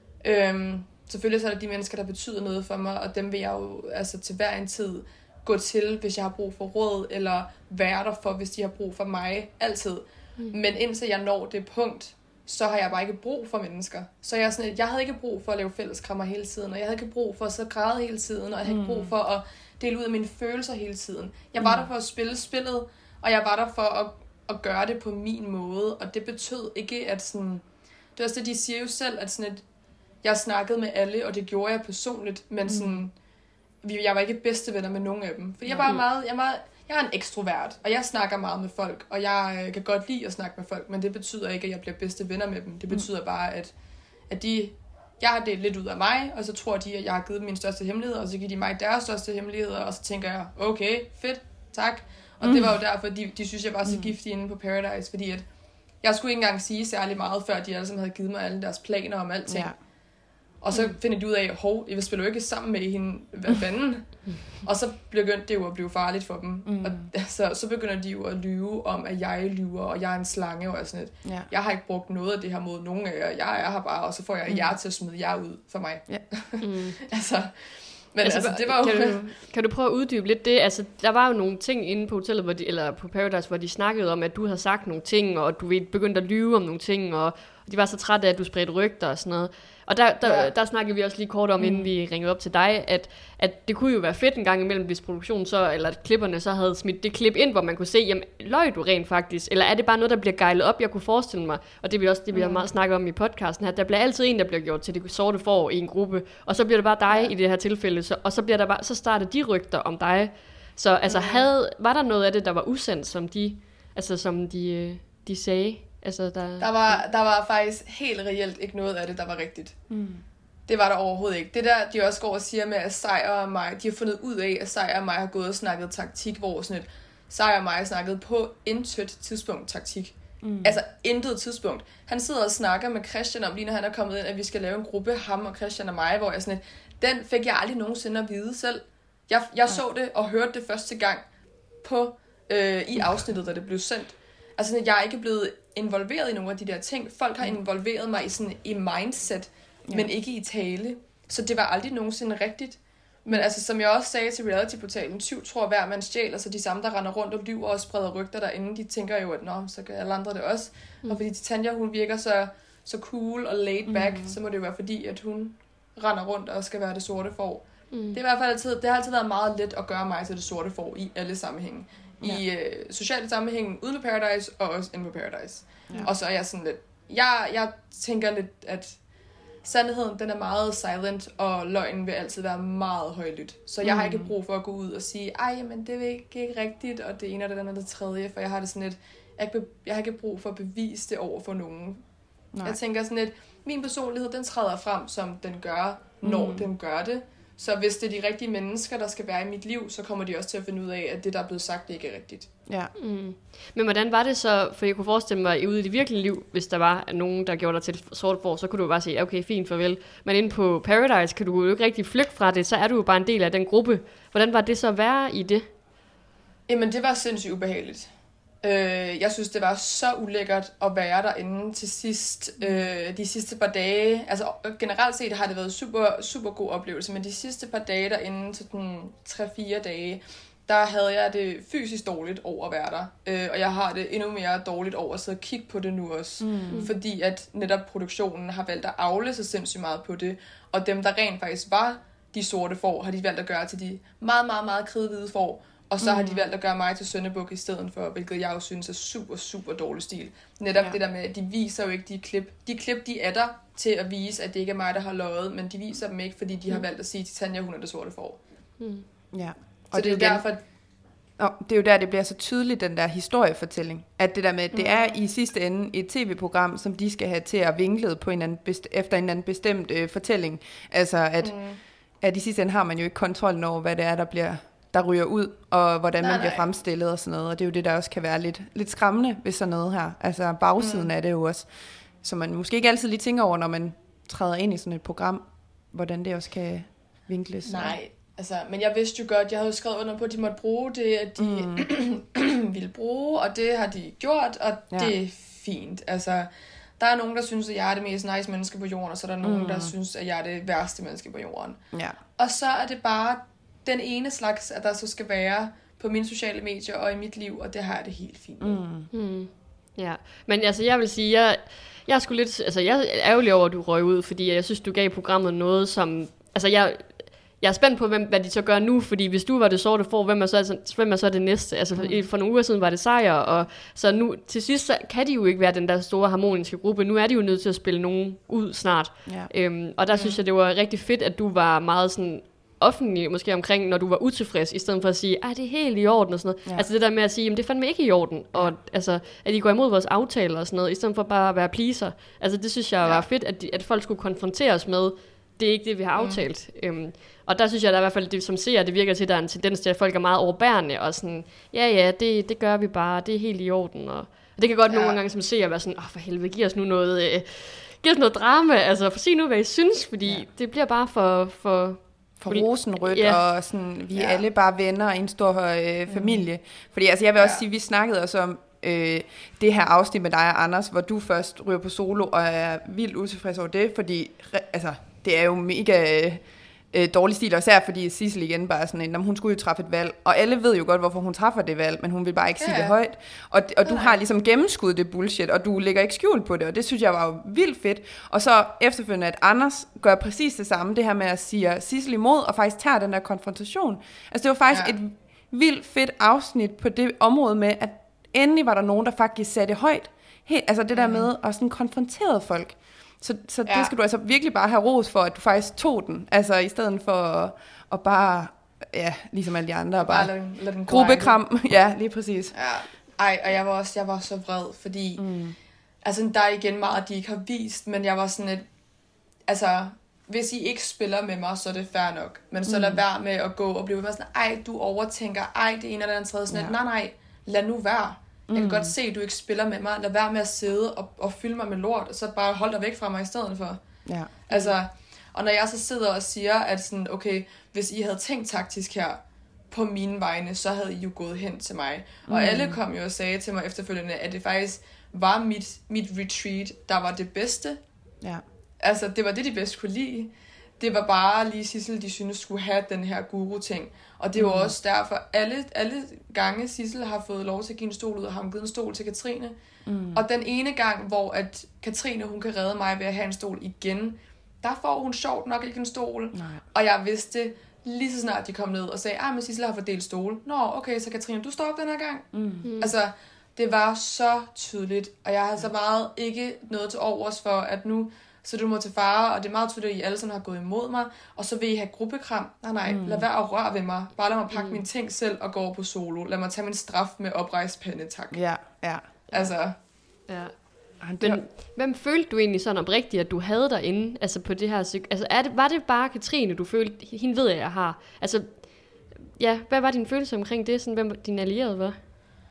Øhm, selvfølgelig så er der de mennesker, der betyder noget for mig, og dem vil jeg jo altså, til hver en tid gå til, hvis jeg har brug for råd, eller være der for, hvis de har brug for mig, altid. Mm. Men indtil jeg når det punkt, så har jeg bare ikke brug for mennesker. Så jeg, er sådan, jeg havde ikke brug for at lave fælleskrammer hele tiden, og jeg havde ikke brug for at så græde hele tiden, og jeg havde ikke brug for at dele ud af mine følelser hele tiden. Jeg var mm. der for at spille spillet, og jeg var der for at, at gøre det på min måde, og det betød ikke, at sådan... Det er også det, de siger jo selv, at sådan et, jeg snakkede med alle, og det gjorde jeg personligt, men sådan... Jeg var ikke bedste venner med nogen af dem. For jeg var meget, jeg er meget, jeg er en ekstrovert, og jeg snakker meget med folk, og jeg kan godt lide at snakke med folk, men det betyder ikke, at jeg bliver bedste venner med dem. Det betyder bare, at, at de, jeg har delt lidt ud af mig, og så tror de, at jeg har givet dem mine største hemmeligheder, og så giver de mig deres største hemmeligheder, og så tænker jeg, okay, fedt, tak. Og mm. det var jo derfor, de, de synes, jeg var så giftig inde på Paradise, fordi at jeg skulle ikke engang sige særlig meget, før de alle sammen havde givet mig alle deres planer om alting. Ja. Og så finder de ud af, hov, jeg spiller jo ikke sammen med hende, hvad fanden? Og så begyndte det jo at blive farligt for dem. Mm. Og altså, så begynder de jo at lyve om, at jeg lyver, og jeg er en slange, og sådan et. Ja. Jeg har ikke brugt noget af det her mod nogen af jer. Jeg er her bare, og så får jeg mm. jer til at smide jer ud for mig. Ja. Mm. altså, men altså, altså, det var jo... Kan du, kan du prøve at uddybe lidt det? Altså, der var jo nogle ting inde på hotellet, hvor de, eller på Paradise, hvor de snakkede om, at du havde sagt nogle ting, og du ved, begyndte at lyve om nogle ting, og de var så trætte af, at du spredte rygter og sådan noget. Og der, der, ja. der snakkede vi også lige kort om, mm. inden vi ringede op til dig, at, at det kunne jo være fedt en gang imellem, hvis produktionen så, eller klipperne så havde smidt det klip ind, hvor man kunne se, jamen, løg du rent faktisk? Eller er det bare noget, der bliver gejlet op? Jeg kunne forestille mig, og det vi også det vi har meget snakket om i podcasten her, der bliver altid en, der bliver gjort til det sorte får i en gruppe, og så bliver det bare dig ja. i det her tilfælde, så, og så, bliver der bare, så starter de rygter om dig. Så altså, havde, var der noget af det, der var usandt, som de, altså, som de, de sagde? Altså, der... Der, var, der var faktisk helt reelt ikke noget af det, der var rigtigt. Mm. Det var der overhovedet ikke. Det der, de også går og siger med, at Sejr og mig, de har fundet ud af, at Sejr og mig har gået og snakket taktik, hvor sådan et, Sejr og mig har snakket på intet tidspunkt taktik. Mm. Altså intet tidspunkt. Han sidder og snakker med Christian om, lige når han er kommet ind, at vi skal lave en gruppe, ham og Christian og mig, hvor jeg sådan et, den fik jeg aldrig nogensinde at vide selv. Jeg, jeg så det og hørte det første gang på, øh, i afsnittet, da det blev sendt. Altså, jeg er ikke blevet involveret i nogle af de der ting. Folk har involveret mig i, sådan, i mindset, ja. men ikke i tale. Så det var aldrig nogensinde rigtigt. Men altså, som jeg også sagde til reality-portalen, tyv tror hver man stjæler, så de samme, der render rundt og lyver og spreder rygter derinde, de tænker jo, at nå, så kan alle andre det også. Mm. Og fordi Tanja, hun virker så, så cool og laid back, mm. så må det jo være fordi, at hun render rundt og skal være det sorte får. Mm. Det, er i hvert fald altid, det har altid været meget let at gøre mig til det sorte får i alle sammenhænge. I ja. øh, sociale sammenhæng uden på Paradise, og også inde på Paradise. Ja. Og så er jeg sådan lidt... Jeg, jeg tænker lidt, at sandheden, den er meget silent, og løgnen vil altid være meget højlydt. Så jeg mm. har ikke brug for at gå ud og sige, ej, men det er ikke, ikke rigtigt, og det ene og det andet og det tredje, for jeg har det sådan lidt... Jeg, jeg har ikke brug for at bevise det over for nogen. Nej. Jeg tænker sådan lidt, min personlighed, den træder frem, som den gør, når mm. den gør det. Så hvis det er de rigtige mennesker, der skal være i mit liv, så kommer de også til at finde ud af, at det, der er blevet sagt, det ikke er rigtigt. Ja. Mm. Men hvordan var det så, for jeg kunne forestille mig, ude i det virkelige liv, hvis der var nogen, der gjorde dig til et sort får, så kunne du bare sige, okay, fint, farvel. Men inde på Paradise kan du jo ikke rigtig flygte fra det, så er du jo bare en del af den gruppe. Hvordan var det så at være i det? Jamen, det var sindssygt ubehageligt. Øh, jeg synes, det var så ulækkert at være derinde til sidst, øh, de sidste par dage. Altså generelt set har det været super, super god oplevelse, men de sidste par dage derinde til den tre fire dage, der havde jeg det fysisk dårligt over at være der. Øh, og jeg har det endnu mere dårligt over at sidde og kigge på det nu også. Mm. Fordi at netop produktionen har valgt at afle sig sindssygt meget på det. Og dem, der rent faktisk var de sorte får, har de valgt at gøre til de meget, meget, meget kridhvide får. Og så mm. har de valgt at gøre mig til syndebuk i stedet for, hvilket jeg jo synes er super, super dårlig stil. Netop ja. det der med, at de viser jo ikke de klip. De klip, de er der til at vise, at det ikke er mig, der har løjet, men de viser dem ikke, fordi de mm. har valgt at sige til Tanja, hun er det sorte får. Mm. Ja. Og så det er jo derfor... Og det er jo der, det bliver så tydeligt, den der historiefortælling. At det der med, at det mm. er i sidste ende et tv-program, som de skal have til at vinkle på en anden best- efter en anden bestemt øh, fortælling. Altså, at, mm. at i sidste ende har man jo ikke kontrollen over, hvad det er, der bliver der ryger ud, og hvordan nej, man bliver nej. fremstillet og sådan noget. Og det er jo det, der også kan være lidt, lidt skræmmende ved sådan noget her. Altså bagsiden mm. af det jo også, som man måske ikke altid lige tænker over, når man træder ind i sådan et program, hvordan det også kan vinkles. Nej, altså, men jeg vidste jo godt, jeg havde jo skrevet under på, at de måtte bruge det, at de mm. ville bruge, og det har de gjort, og ja. det er fint. Altså, der er nogen, der synes, at jeg er det mest nice menneske på jorden, og så er der nogen, mm. der synes, at jeg er det værste menneske på jorden. Ja. Og så er det bare den ene slags, at der så skal være på mine sociale medier og i mit liv, og det har jeg det helt fint med. Mm. Mm. Ja, men altså, jeg vil sige, jeg, jeg er sgu lidt, altså, jeg er ærgerlig over, at du røg ud, fordi jeg synes, du gav programmet noget, som, altså, jeg... Jeg er spændt på, hvem, hvad de så gør nu, fordi hvis du var det sorte får, hvem er så, hvem er så det næste? Altså mm. for nogle uger siden var det Sejr, og så nu til sidst så kan de jo ikke være den der store harmoniske gruppe. Nu er de jo nødt til at spille nogen ud snart. Ja. Øhm, og der mm. synes jeg, det var rigtig fedt, at du var meget sådan offentlig måske omkring, når du var utilfreds, i stedet for at sige, at det er helt i orden og sådan noget. Ja. Altså det der med at sige, at det er fandme ikke i orden, og altså, at de går imod vores aftaler og sådan noget, i stedet for bare at være pleaser. Altså det synes jeg ja. var fedt, at, de, at folk skulle konfronteres med, det er ikke det, vi har aftalt. Mm. Øhm, og der synes jeg, at i hvert fald det, som ser, det virker til, at der er en tendens til, at folk er meget overbærende, og sådan, ja ja, det, det gør vi bare, det er helt i orden. Og, og det kan godt ja. nogle gange som ser være sådan, åh oh, for helvede, giv os nu noget, øh, giv os noget drama, altså for sig nu, hvad I synes, fordi ja. det bliver bare for... for For rosenrødt, ja. og sådan, vi er ja. alle bare venner i en stor øh, familie. Mm. Fordi altså, jeg vil også ja. sige, vi snakkede også om øh, det her afsnit med dig og Anders, hvor du først ryger på solo, og er vildt utilfreds over det, fordi altså, det er jo mega øh, dårlig stil, og især fordi Sissel igen bare sådan en, hun skulle jo træffe et valg, og alle ved jo godt, hvorfor hun træffer det valg, men hun vil bare ikke sige ja. det højt. Og, og du har ligesom gennemskuddet det bullshit, og du lægger ikke skjul på det, og det synes jeg var jo vildt fedt. Og så efterfølgende, at Anders gør præcis det samme, det her med at sige Sissel imod, og faktisk tager den der konfrontation. Altså det var faktisk ja. et vildt fedt afsnit på det område med, at endelig var der nogen, der faktisk satte højt. Helt, altså det der mm. med at sådan konfrontere folk. Så, så ja. det skal du altså virkelig bare have ros for, at du faktisk tog den. Altså i stedet for at, at bare, ja, ligesom alle de andre, bare lad den, lad den gruppekram. Ja, lige præcis. Ja. Ej, og jeg var også, jeg var så vred, fordi, mm. altså der er igen meget, de ikke har vist, men jeg var sådan et, altså, hvis I ikke spiller med mig, så er det fair nok. Men så mm. lad være med at gå og blive sådan, ej, du overtænker, ej, det ene eller andet tredje, sådan ja. et, nej, nej, lad nu være. Jeg kan mm. godt se, at du ikke spiller med mig. Lad være med at sidde og, og fylde mig med lort, og så bare hold dig væk fra mig i stedet for. Ja. Altså, og når jeg så sidder og siger, at sådan, okay, hvis I havde tænkt taktisk her på mine vegne, så havde I jo gået hen til mig. Mm. Og alle kom jo og sagde til mig efterfølgende, at det faktisk var mit, mit retreat, der var det bedste. Ja. Altså, det var det, de bedst kunne lide. Det var bare lige Sissel, de synes skulle have den her guru-ting. Og det var mm. også derfor, alle, alle gange Sissel har fået lov til at give en stol ud, og har givet en stol til Katrine. Mm. Og den ene gang, hvor at Katrine, hun kan redde mig ved at have en stol igen, der får hun sjovt nok ikke en stol. Nej. Og jeg vidste lige så snart de kom ned og sagde, ah, men Sissel har fordelt stol. Nå, okay, så Katrine, du står op den her gang. Mm. Altså, det var så tydeligt. Og jeg har så meget ikke noget til overs for, at nu så du må til fare, og det er meget tydeligt, at I alle sammen har gået imod mig, og så vil I have gruppekram. Nej, nej, mm. lad være at røre ved mig. Bare lad mig pakke mm. mine ting selv og gå over på solo. Lad mig tage min straf med oprejst pande, tak. Ja, ja. Altså. Ja. Men hvem følte du egentlig sådan oprigtigt, at du havde derinde, altså på det her, altså er det, var det bare Katrine, du følte, hende ved jeg, jeg har, altså, ja, hvad var din følelse omkring det, sådan, hvem din allierede var?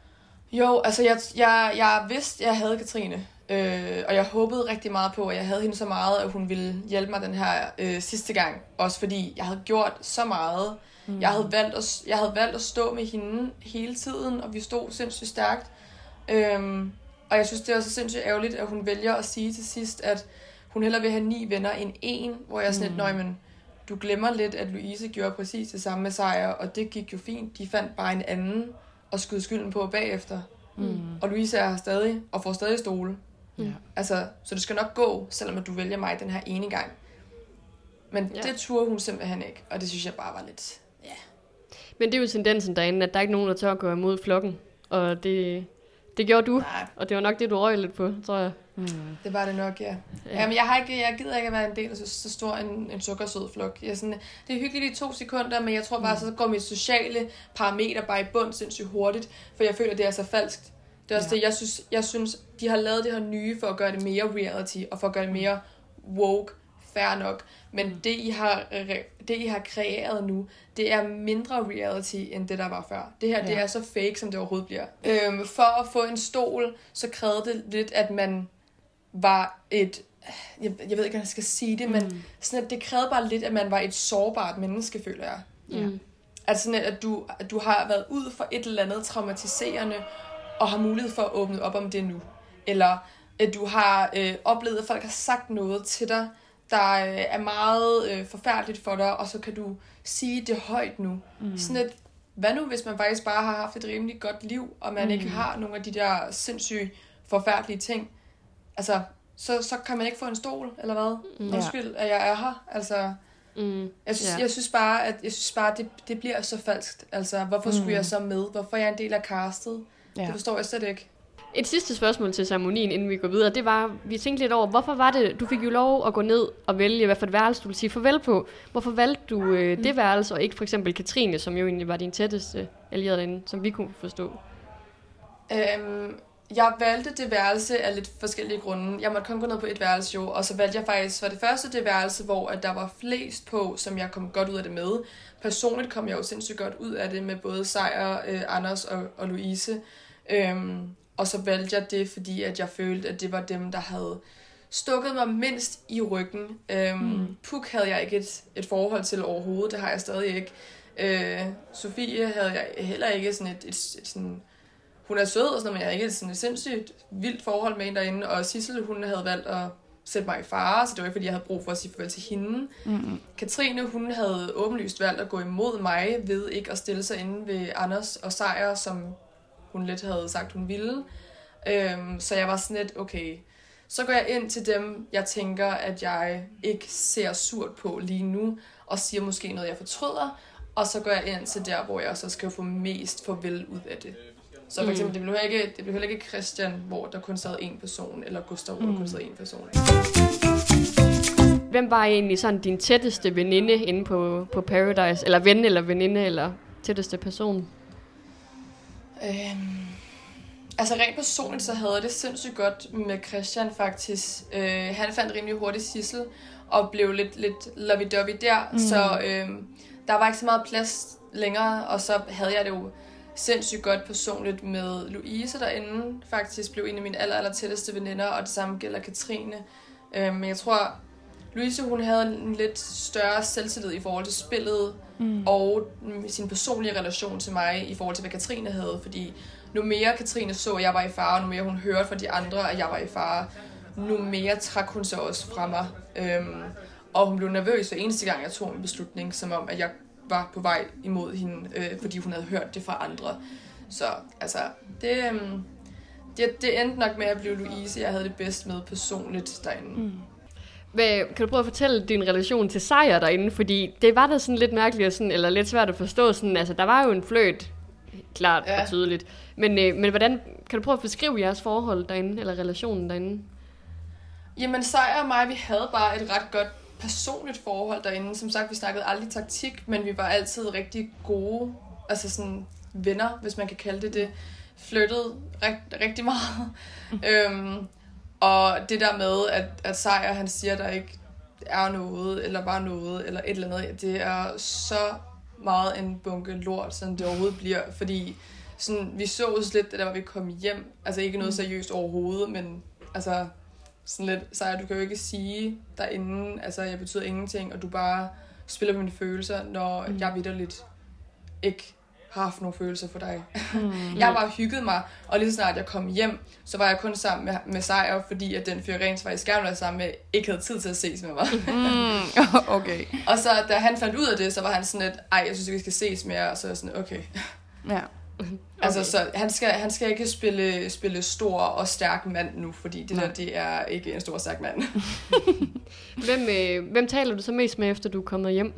Jo, altså, jeg, jeg, jeg vidste, jeg havde Katrine, øh, og jeg håbede rigtig meget på, at jeg havde hende så meget, at hun ville hjælpe mig den her øh, sidste gang, også fordi jeg havde gjort så meget, mm. jeg, havde valgt at, jeg havde valgt at stå med hende hele tiden, og vi stod sindssygt stærkt, øh, og jeg synes, det er så sindssygt ærgerligt, at hun vælger at sige til sidst, at hun hellere vil have ni venner end en, hvor jeg er sådan lidt, nøj, men du glemmer lidt, at Louise gjorde præcis det samme med Sejr, og det gik jo fint. De fandt bare en anden at skyde skylden på bagefter. Mm. Og Louise er her stadig, og får stadig stole. Mm. Altså, så det skal nok gå, selvom at du vælger mig den her ene gang. Men ja. Det turde hun simpelthen ikke, og det synes jeg bare var lidt, ja. Men det er jo tendensen derinde, at der er ikke nogen, der tør at gå imod flokken, og det... Det gjorde du, nej. Og det var nok det, du røg lidt på, tror jeg. Mm. Det var det nok, ja. ja. Jamen, jeg, har ikke, jeg gider ikke at være en del af så, så stor en, en sukkersød flok. Jeg sådan, det er hyggeligt i to sekunder, men jeg tror bare, mm. så går mit sociale parameter bare i bund sindssygt hurtigt, for jeg føler, det er så falskt. Det er også ja. det, jeg synes, jeg synes, de har lavet det her nye for at gøre det mere reality, og for at gøre det mere woke, fair nok. Men det I, har, det, I har kreeret nu, det er mindre reality, end det, der var før. Det her, ja. Det er så fake, som det overhovedet bliver. Øhm, for at få en stol, så krævede det lidt, at man var et... Jeg, jeg ved ikke, hvordan jeg skal sige det, mm. men sådan, at det krævede bare lidt, at man var et sårbart menneske, føler jeg. Mm. Altså sådan, at du, at du har været ud for et eller andet traumatiserende, og har mulighed for at åbne op om det nu. Eller at du har øh, oplevet, at folk har sagt noget til dig, der øh, er meget øh, forfærdeligt for dig, og så kan du sige det højt nu. Mm. Sådan at, hvad nu, hvis man faktisk bare har haft et rimelig godt liv, og man mm. ikke har nogle af de der sindssyge, forfærdelige ting. Altså, så, så kan man ikke få en stol, eller hvad? Mm. Undskyld, at jeg er her. Altså, mm. jeg, synes, yeah. jeg synes bare, at jeg synes bare, det, det bliver så falskt. Altså, hvorfor mm. skulle jeg så med? Hvorfor er jeg en del af castet? Yeah. Det forstår jeg slet ikke. Et sidste spørgsmål til ceremonien, inden vi går videre, det var, vi tænkte lidt over, hvorfor var det, du fik jo lov at gå ned og vælge, hvad for et værelse du ville sige farvel på. Hvorfor valgte du øh, det værelse, og ikke for eksempel Katrine, som jo egentlig var din tætteste allierede derinde, som vi kunne forstå? Øhm, jeg valgte det værelse af lidt forskellige grunde. Jeg måtte kun gå ned på et værelse jo, og så valgte jeg faktisk for det første det værelse, hvor at der var flest på, som jeg kom godt ud af det med. Personligt kom jeg jo sindssygt godt ud af det med både Sejr, øh, Anders og, og Louise. Øhm, Og så valgte jeg det, fordi at jeg følte, at det var dem, der havde stukket mig mindst i ryggen. Øhm, mm. Puk havde jeg ikke et, et forhold til overhovedet, det har jeg stadig ikke. Øh, Sofie havde jeg heller ikke sådan et, et, et sådan... Hun er sød og sådan noget, men jeg havde ikke et, sådan et sindssygt vildt forhold med hende derinde. Og Sissel, hun havde valgt at sætte mig i fare, så det var ikke, fordi jeg havde brug for at sige farvel til hende. Mm. Katrine, hun havde åbenlyst valgt at gå imod mig ved ikke at stille sig inde ved Anders og Sejr, som hun lidt havde sagt, hun ville. Øhm, så jeg var sådan lidt, okay, så går jeg ind til dem, jeg tænker, at jeg ikke ser surt på lige nu, og siger måske noget, jeg fortryder, og så går jeg ind til der, hvor jeg så skal få mest farvel ud af det. Så for eksempel, det blev ikke, det blev heller ikke Christian, hvor der kun sad en person, eller Gustav, hvor mm. der kun sad en person. Hvem var egentlig sådan din tætteste veninde inde på, på Paradise? Eller ven eller veninde, eller tætteste person? Øhm, altså rent personligt, så havde jeg det sindssygt godt med Christian faktisk. Øh, han fandt rimelig hurtigt Sissel, og blev lidt, lidt lovey-dovey der, mm. så øh, der var ikke så meget plads længere, og så havde jeg det jo sindssygt godt personligt med Louise derinde, faktisk blev en af mine aller, aller tætteste veninder, og det samme gælder Katrine. Øh, men jeg tror, Louise, hun havde en lidt større selvtillid i forhold til spillet, mm. og sin personlige relation til mig i forhold til, hvad Katrine havde. Fordi nu mere Katrine så, at jeg var i fare, nu mere hun hørte fra de andre, at jeg var i fare, nu mere trak hun så også fra mig. Øhm, og hun blev nervøs hver eneste gang, jeg tog en beslutning, som om, at jeg var på vej imod hende, øh, fordi hun havde hørt det fra andre. Så altså, det, øhm, det, det endte nok med at blive Louise, jeg havde det bedst med personligt derinde. Mm. Hvad, kan du prøve at fortælle din relation til Sejr derinde? Fordi det var da sådan lidt mærkeligt, og sådan, eller lidt svært at forstå. Sådan, altså, der var jo en fløjt, klart ja. Og tydeligt. Men, øh, men hvordan, kan du prøve at beskrive jeres forhold derinde, eller relationen derinde? Jamen, Sejr og mig, vi havde bare et ret godt personligt forhold derinde. Som sagt, vi snakkede aldrig taktik, men vi var altid rigtig gode, altså sådan venner, hvis man kan kalde det det. Flyttede rigt, rigtig meget. Mm. øhm, Og det der med, at, at Sejr, han siger, at der ikke er noget, eller bare noget, eller et eller andet, det er så meget en bunke lort, som det overhovedet bliver. Fordi sådan, vi så os lidt, da vi kom hjem. Altså ikke noget seriøst overhovedet, men altså sådan lidt, Sejr, du kan jo ikke sige derinde, altså jeg betyder ingenting, og du bare spiller på mine følelser, når mm. jeg vitterligt ikke har haft nogle følelser for dig. Mm. Jeg har bare hygget mig, og lige så snart jeg kom hjem, så var jeg kun sammen med, med Sejr, fordi at den fyr rent faktisk gerne ville være sammen med, ikke havde tid til at ses med mig. Mm. Okay. Og så da han fandt ud af det, så var han sådan lidt, ej, jeg synes ikke, vi skal ses mere, og så er jeg sådan, okay. Ja. Okay. Altså, så han skal, han skal ikke spille, spille stor og stærk mand nu, fordi det Nej. der, det er ikke en stor og stærk mand. hvem, øh, hvem taler du så mest med, efter du er kommet hjem?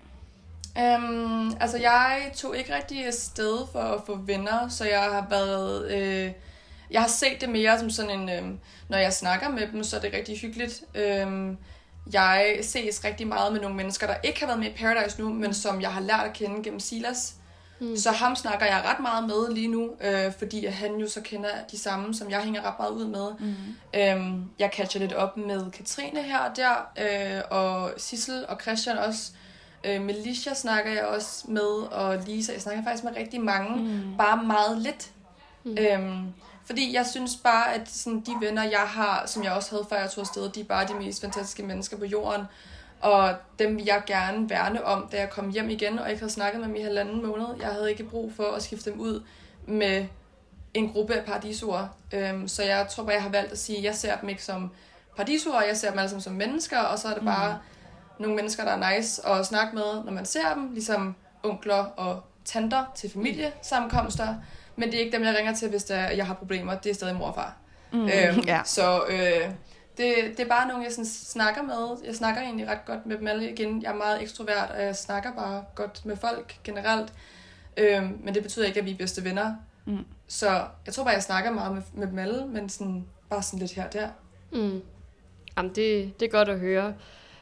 Um, altså, jeg tog ikke rigtig afsted for at få venner, så jeg har været... Øh, jeg har set det mere som sådan en... Øh, når jeg snakker med dem, så er det rigtig hyggeligt. Um, jeg ses rigtig meget med nogle mennesker, der ikke har været med i Paradise nu, men som jeg har lært at kende gennem Silas. Mm. Så ham snakker jeg ret meget med lige nu, øh, fordi han jo så kender de samme, som jeg hænger ret meget ud med. Mm. Øhm, jeg catcher lidt op med Katrine her og der, øh, og Sissel og Christian også. Øh, Melissa snakker jeg også med, og Lisa. Jeg snakker faktisk med rigtig mange, mm. bare meget lidt. Mm. Øhm, fordi jeg synes bare, at sådan, de venner, jeg har, som jeg også havde før jeg tog afsted, de er bare de mest fantastiske mennesker på jorden. Og dem vil jeg gerne værne om, da jeg kom hjem igen, og ikke havde snakket med dem i halvanden måned. Jeg havde ikke brug for at skifte dem ud med en gruppe af paradisoer. Øhm, så jeg tror bare, jeg har valgt at sige, at jeg ser dem ikke som paradisoer, jeg ser dem alle sammen som mennesker, og så er det bare mm. nogle mennesker, der er nice at snakke med, når man ser dem, ligesom onkler og tanter til familiesammenkomster. Men det er ikke dem, jeg ringer til, hvis der, jeg har problemer. Det er stadig mor og far. Mm. Øhm, ja. Så øh, det, det er bare nogle, jeg sådan snakker med. Jeg snakker egentlig ret godt med dem alle igen. Jeg er meget ekstrovert, og jeg snakker bare godt med folk generelt. Øhm, men det betyder ikke, at vi er bedste venner. Mm. Så jeg tror bare, jeg snakker meget med, med dem alle, men sådan, bare sådan lidt her og der. Mm. Jamen, det, det er godt at høre.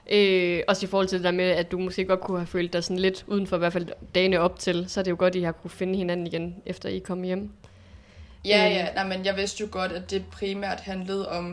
Øh, også i forhold til det der med, at du måske godt kunne have følt dig sådan lidt uden for i hvert fald dagene op til, så er det jo godt, at I har kunne finde hinanden igen, efter I kom hjem. Ja, øh. ja, nej, men jeg vidste jo godt, at det primært handlede om,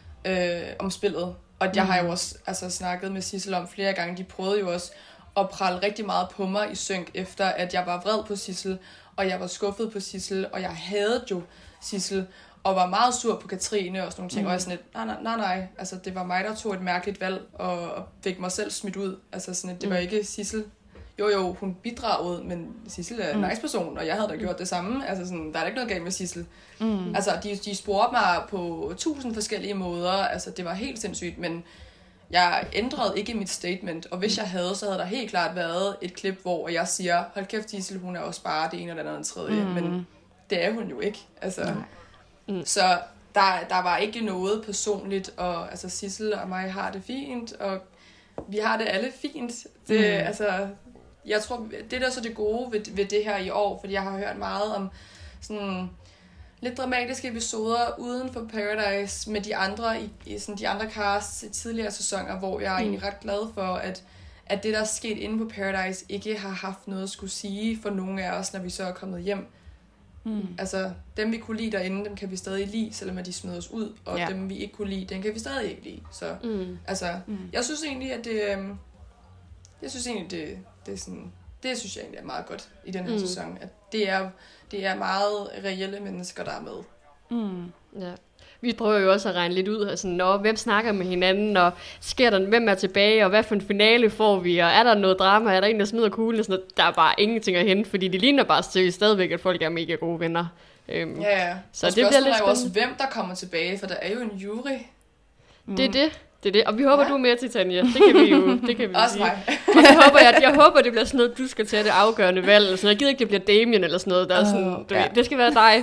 øh, om spillet. Og jeg mm. har jo også altså, snakket med Sissel om flere gange, de prøvede jo også at prale rigtig meget på mig i synk, efter at jeg var vred på Sissel, og jeg var skuffet på Sissel, og jeg havde jo Sissel, og var meget sur på Katrine og sådan nogle ting, mm. og jeg sådan lidt, nej, nej, nej, nej, altså det var mig, der tog et mærkeligt valg, og, og fik mig selv smidt ud, altså sådan, det mm. var ikke Sissel, jo jo, hun bidragede, men Sissel er en mm. nice person, og jeg havde da gjort det samme, altså sådan, der er ikke noget galt med Sissel, mm. altså de, de spurgte mig på tusind forskellige måder, altså det var helt sindssygt, men jeg ændrede ikke mit statement, og hvis jeg havde, så havde der helt klart været et klip, hvor jeg siger, hold kæft Sissel, hun er også bare det ene eller andet tredje, mm. men det er hun jo ikke, altså. Mm. Så der, der var ikke noget personligt, og altså Sissel og mig har det fint, og vi har det alle fint. Det, mm. altså, jeg tror, det er der så det gode ved, ved det her i år, fordi jeg har hørt meget om sådan lidt dramatiske episoder uden for Paradise med de andre i, i sådan de andre casts i tidligere sæsoner, hvor jeg er mm. egentlig ret glad for, at, at det, der er sket inde på Paradise, ikke har haft noget at skulle sige for nogen af os, når vi så er kommet hjem. Mm. Altså, dem vi kunne lide derinde, dem kan vi stadig lide, selvom de smider os ud, og ja. dem vi ikke kunne lide, dem kan vi stadig ikke lide. Så, mm. altså, mm. jeg synes egentlig, at det, jeg synes egentlig, det, det er sådan, det synes jeg egentlig er meget godt i den her mm. sæson, at det er, det er meget reelle mennesker, der er med. Mm. Ja. Vi prøver jo også at regne lidt ud, altså, når, hvem snakker med hinanden, og sker der, hvem er tilbage, og hvad for en finale får vi, og er der noget drama, er der en, der smider kuglen, og sådan noget. Der er bare ingenting at hente, fordi det ligner bare seriøst stadigvæk, at folk er mega gode venner. Øhm, ja, ja. Så og det bliver lidt spændende. Er jo også, hvem der kommer tilbage, for der er jo en jury. Mm. Det er det. Det er det. Og vi håber, ja. du er med, Titania. Det kan vi jo det kan vi også sige. Mig. Og så håber jeg, jeg håber, det bliver sådan noget, du skal tage det afgørende valg. Eller sådan. Jeg gider ikke, det bliver Damien eller sådan noget. Der er sådan, uh, du ja. ved, det skal være dig.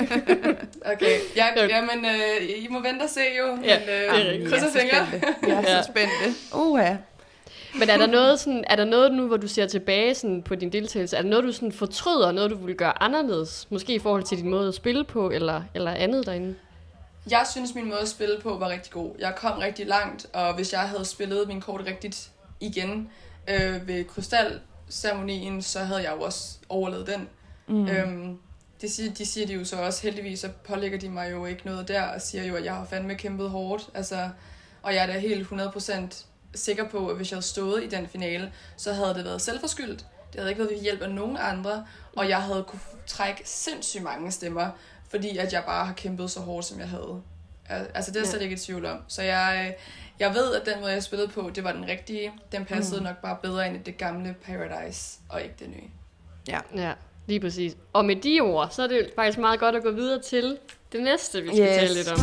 Okay. Ja, jamen, øh, I må vente og se jo. Men, ja, det er rigtigt. Kryds og fingre. Jeg er så spændende. Uh, ja. Men er der noget sådan, er der noget nu, hvor du ser tilbage sådan, på din deltagelse? Er der noget, du sådan fortryder, noget du ville gøre anderledes? Måske i forhold til din måde at spille på, eller, eller andet derinde? Jeg synes, min måde at spille på var rigtig god. Jeg kom rigtig langt, og hvis jeg havde spillet min kort rigtigt igen øh, ved krystalceremonien, så havde jeg jo også overlevet den. Mm. Øhm, det siger, de siger de jo så også, heldigvis, så pålægger de mig jo ikke noget der, og siger jo, at jeg har fandme kæmpet hårdt. Altså, og jeg er da helt hundrede procent sikker på, at hvis jeg havde stået i den finale, så havde det været selvforskyldt. Det havde ikke været ved hjælp af nogen andre, og jeg havde kunne trække sindssygt mange stemmer, fordi at jeg bare har kæmpet så hårdt, som jeg havde. Altså, det er jeg slet ikke i tvivl om. Så jeg, jeg ved, at den måde, jeg spillede på, det var den rigtige. Den passede mm. nok bare bedre ind i det gamle Paradise, og ikke det nye. Ja, ja, lige præcis. Og med de ord, så er det faktisk meget godt at gå videre til det næste, vi skal yes. tale lidt om.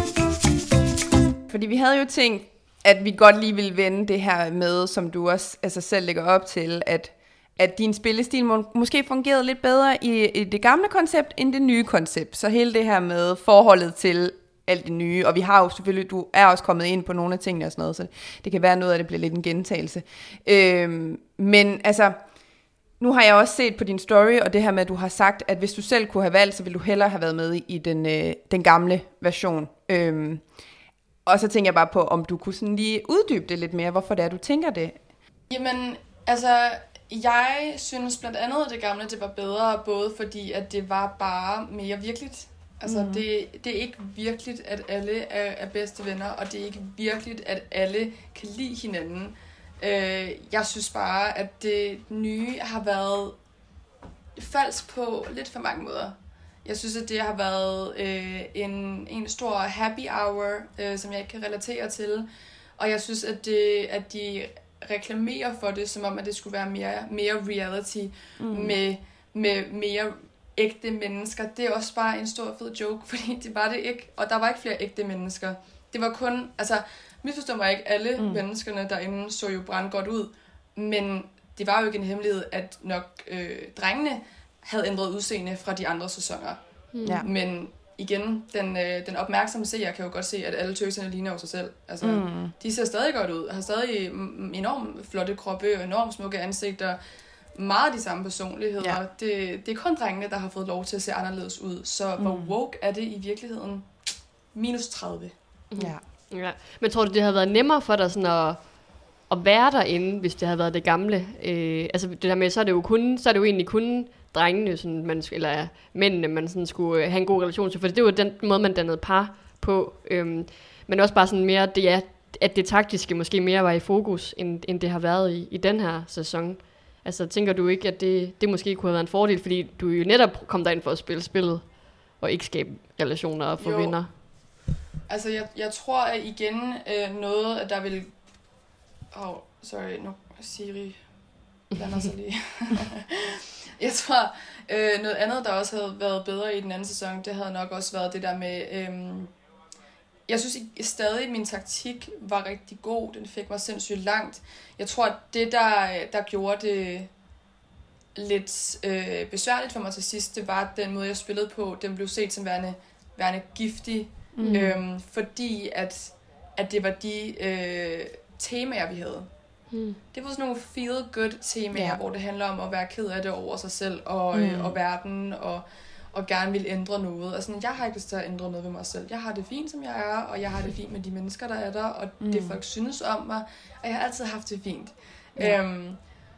Fordi vi havde jo tænkt, at vi godt lige ville vende det her med, som du også altså selv lægger op til, at at din spillestil må, måske fungerede lidt bedre i, i det gamle koncept, end det nye koncept. Så hele det her med forholdet til alt det nye, og vi har jo selvfølgelig, du er også kommet ind på nogle af tingene og sådan noget, så det kan være noget af det bliver lidt en gentagelse. Øhm, men altså, nu har jeg også set på din story, og det her med, at du har sagt, at hvis du selv kunne have valgt, så ville du hellere have været med i, i den, øh, den gamle version. Øhm, og så tænker jeg bare på, om du kunne sådan lige uddybe det lidt mere, hvorfor det er, du tænker det. Jamen, altså, Jeg synes blandt andet, at det gamle det var bedre, både fordi, at det var bare mere virkeligt. Altså, mm. det, det er ikke virkeligt, at alle er, er bedste venner, og det er ikke virkeligt, at alle kan lide hinanden. Øh, jeg synes bare, at det nye har været falsk på lidt for mange måder. Jeg synes, at det har været øh, en, en stor happy hour, øh, som jeg ikke kan relatere til. Og jeg synes, at, det, at de reklamerer for det, som om, at det skulle være mere, mere reality mm. med, med mere ægte mennesker. Det er også bare en stor fed joke, fordi det var det ikke. Og der var ikke flere ægte mennesker. Det var kun, altså, misforstår mig ikke, alle mm. menneskerne derinde så jo brandgodt ud. Men det var jo ikke en hemmelighed, at nok øh, drengene havde ændret udseende fra de andre sæsoner. Mm. Ja. Men igen, den, øh, den opmærksomme seer kan jo godt se, at alle tøserne ligner jo sig selv. Altså, mm. de ser stadig godt ud, har stadig enormt flotte kroppe og enormt smukke ansigter. Meget de samme personligheder. Ja. Det, det er kun drengene, der har fået lov til at se anderledes ud. Så mm. hvor woke er det i virkeligheden? minus tredive. Mm. Ja. Ja. Men tror du, det havde været nemmere for dig sådan at, at være derinde, hvis det havde været det gamle? Øh, altså det der med, så er det jo, kun, så er det jo egentlig kun drengene, sådan, man, eller mændene, man sådan skulle have en god relation til. For det var den måde, man dannede par på. Øhm, men også bare sådan mere, det, ja, at det taktiske måske mere var i fokus, end, end det har været i, i den her sæson. Altså tænker du ikke, at det, det måske kunne have været en fordel, fordi du jo netop kom derind for at spille spillet, og ikke skabe relationer og få venner? Altså jeg, jeg tror, at igen øh, noget, at der vil... Åh, oh, sorry, nu Siri blander sig lige. Jeg tror, øh, noget andet, der også havde været bedre i den anden sæson, det havde nok også været det der med... Øh, jeg synes stadig, at min taktik var rigtig god. Den fik mig sindssygt langt. Jeg tror, at det, der, der gjorde det lidt øh, besværligt for mig til sidst, det var den måde, jeg spillede på. Den blev set som værende, værende giftig. Mm. Øhm, fordi at, at det var de øh, temaer, vi havde. Mm. Det var sådan nogle feel-good temaer, ja. Hvor det handler om at være ked af det over sig selv og, mm. øh, og verden og... og gerne vil ændre noget. Altså, jeg har ikke lyst til at ændre noget ved mig selv. Jeg har det fint, som jeg er, og jeg har det fint med de mennesker, der er der, og mm. det folk synes om mig, og jeg har altid haft det fint. Ja. Øhm,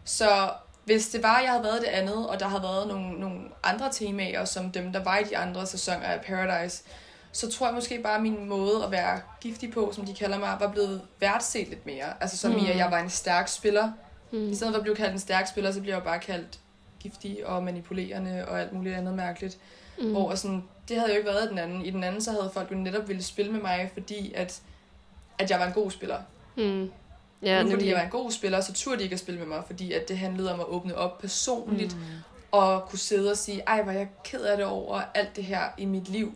så hvis det var, jeg havde været det andet, og der havde været nogle, nogle andre temaer, som dem, der var i de andre sæsoner af Paradise, så tror jeg måske bare, at min måde at være giftig på, som de kalder mig, var blevet værtset lidt mere. Altså som mm. i, at jeg var en stærk spiller. Mm. I stedet for at blive kaldt en stærk spiller, så bliver jeg jo bare kaldt giftig og manipulerende og alt muligt andet mærkeligt. Mm. Hvor sådan, det havde jo ikke været i den anden. I den anden, så havde folk jo netop ville spille med mig, fordi at, at jeg var en god spiller. Mm. Ja, nu, fordi jeg var en god spiller, så turde de ikke at spille med mig, fordi at det handlede om at åbne op personligt, mm. og kunne sidde og sige, ej, hvor jeg ked af det over alt det her i mit liv.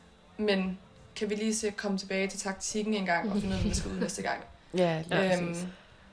Men kan vi lige se, komme tilbage til taktikken en gang, og finde ud af, hvad vi skal ud næste gang. Ja, det er øhm,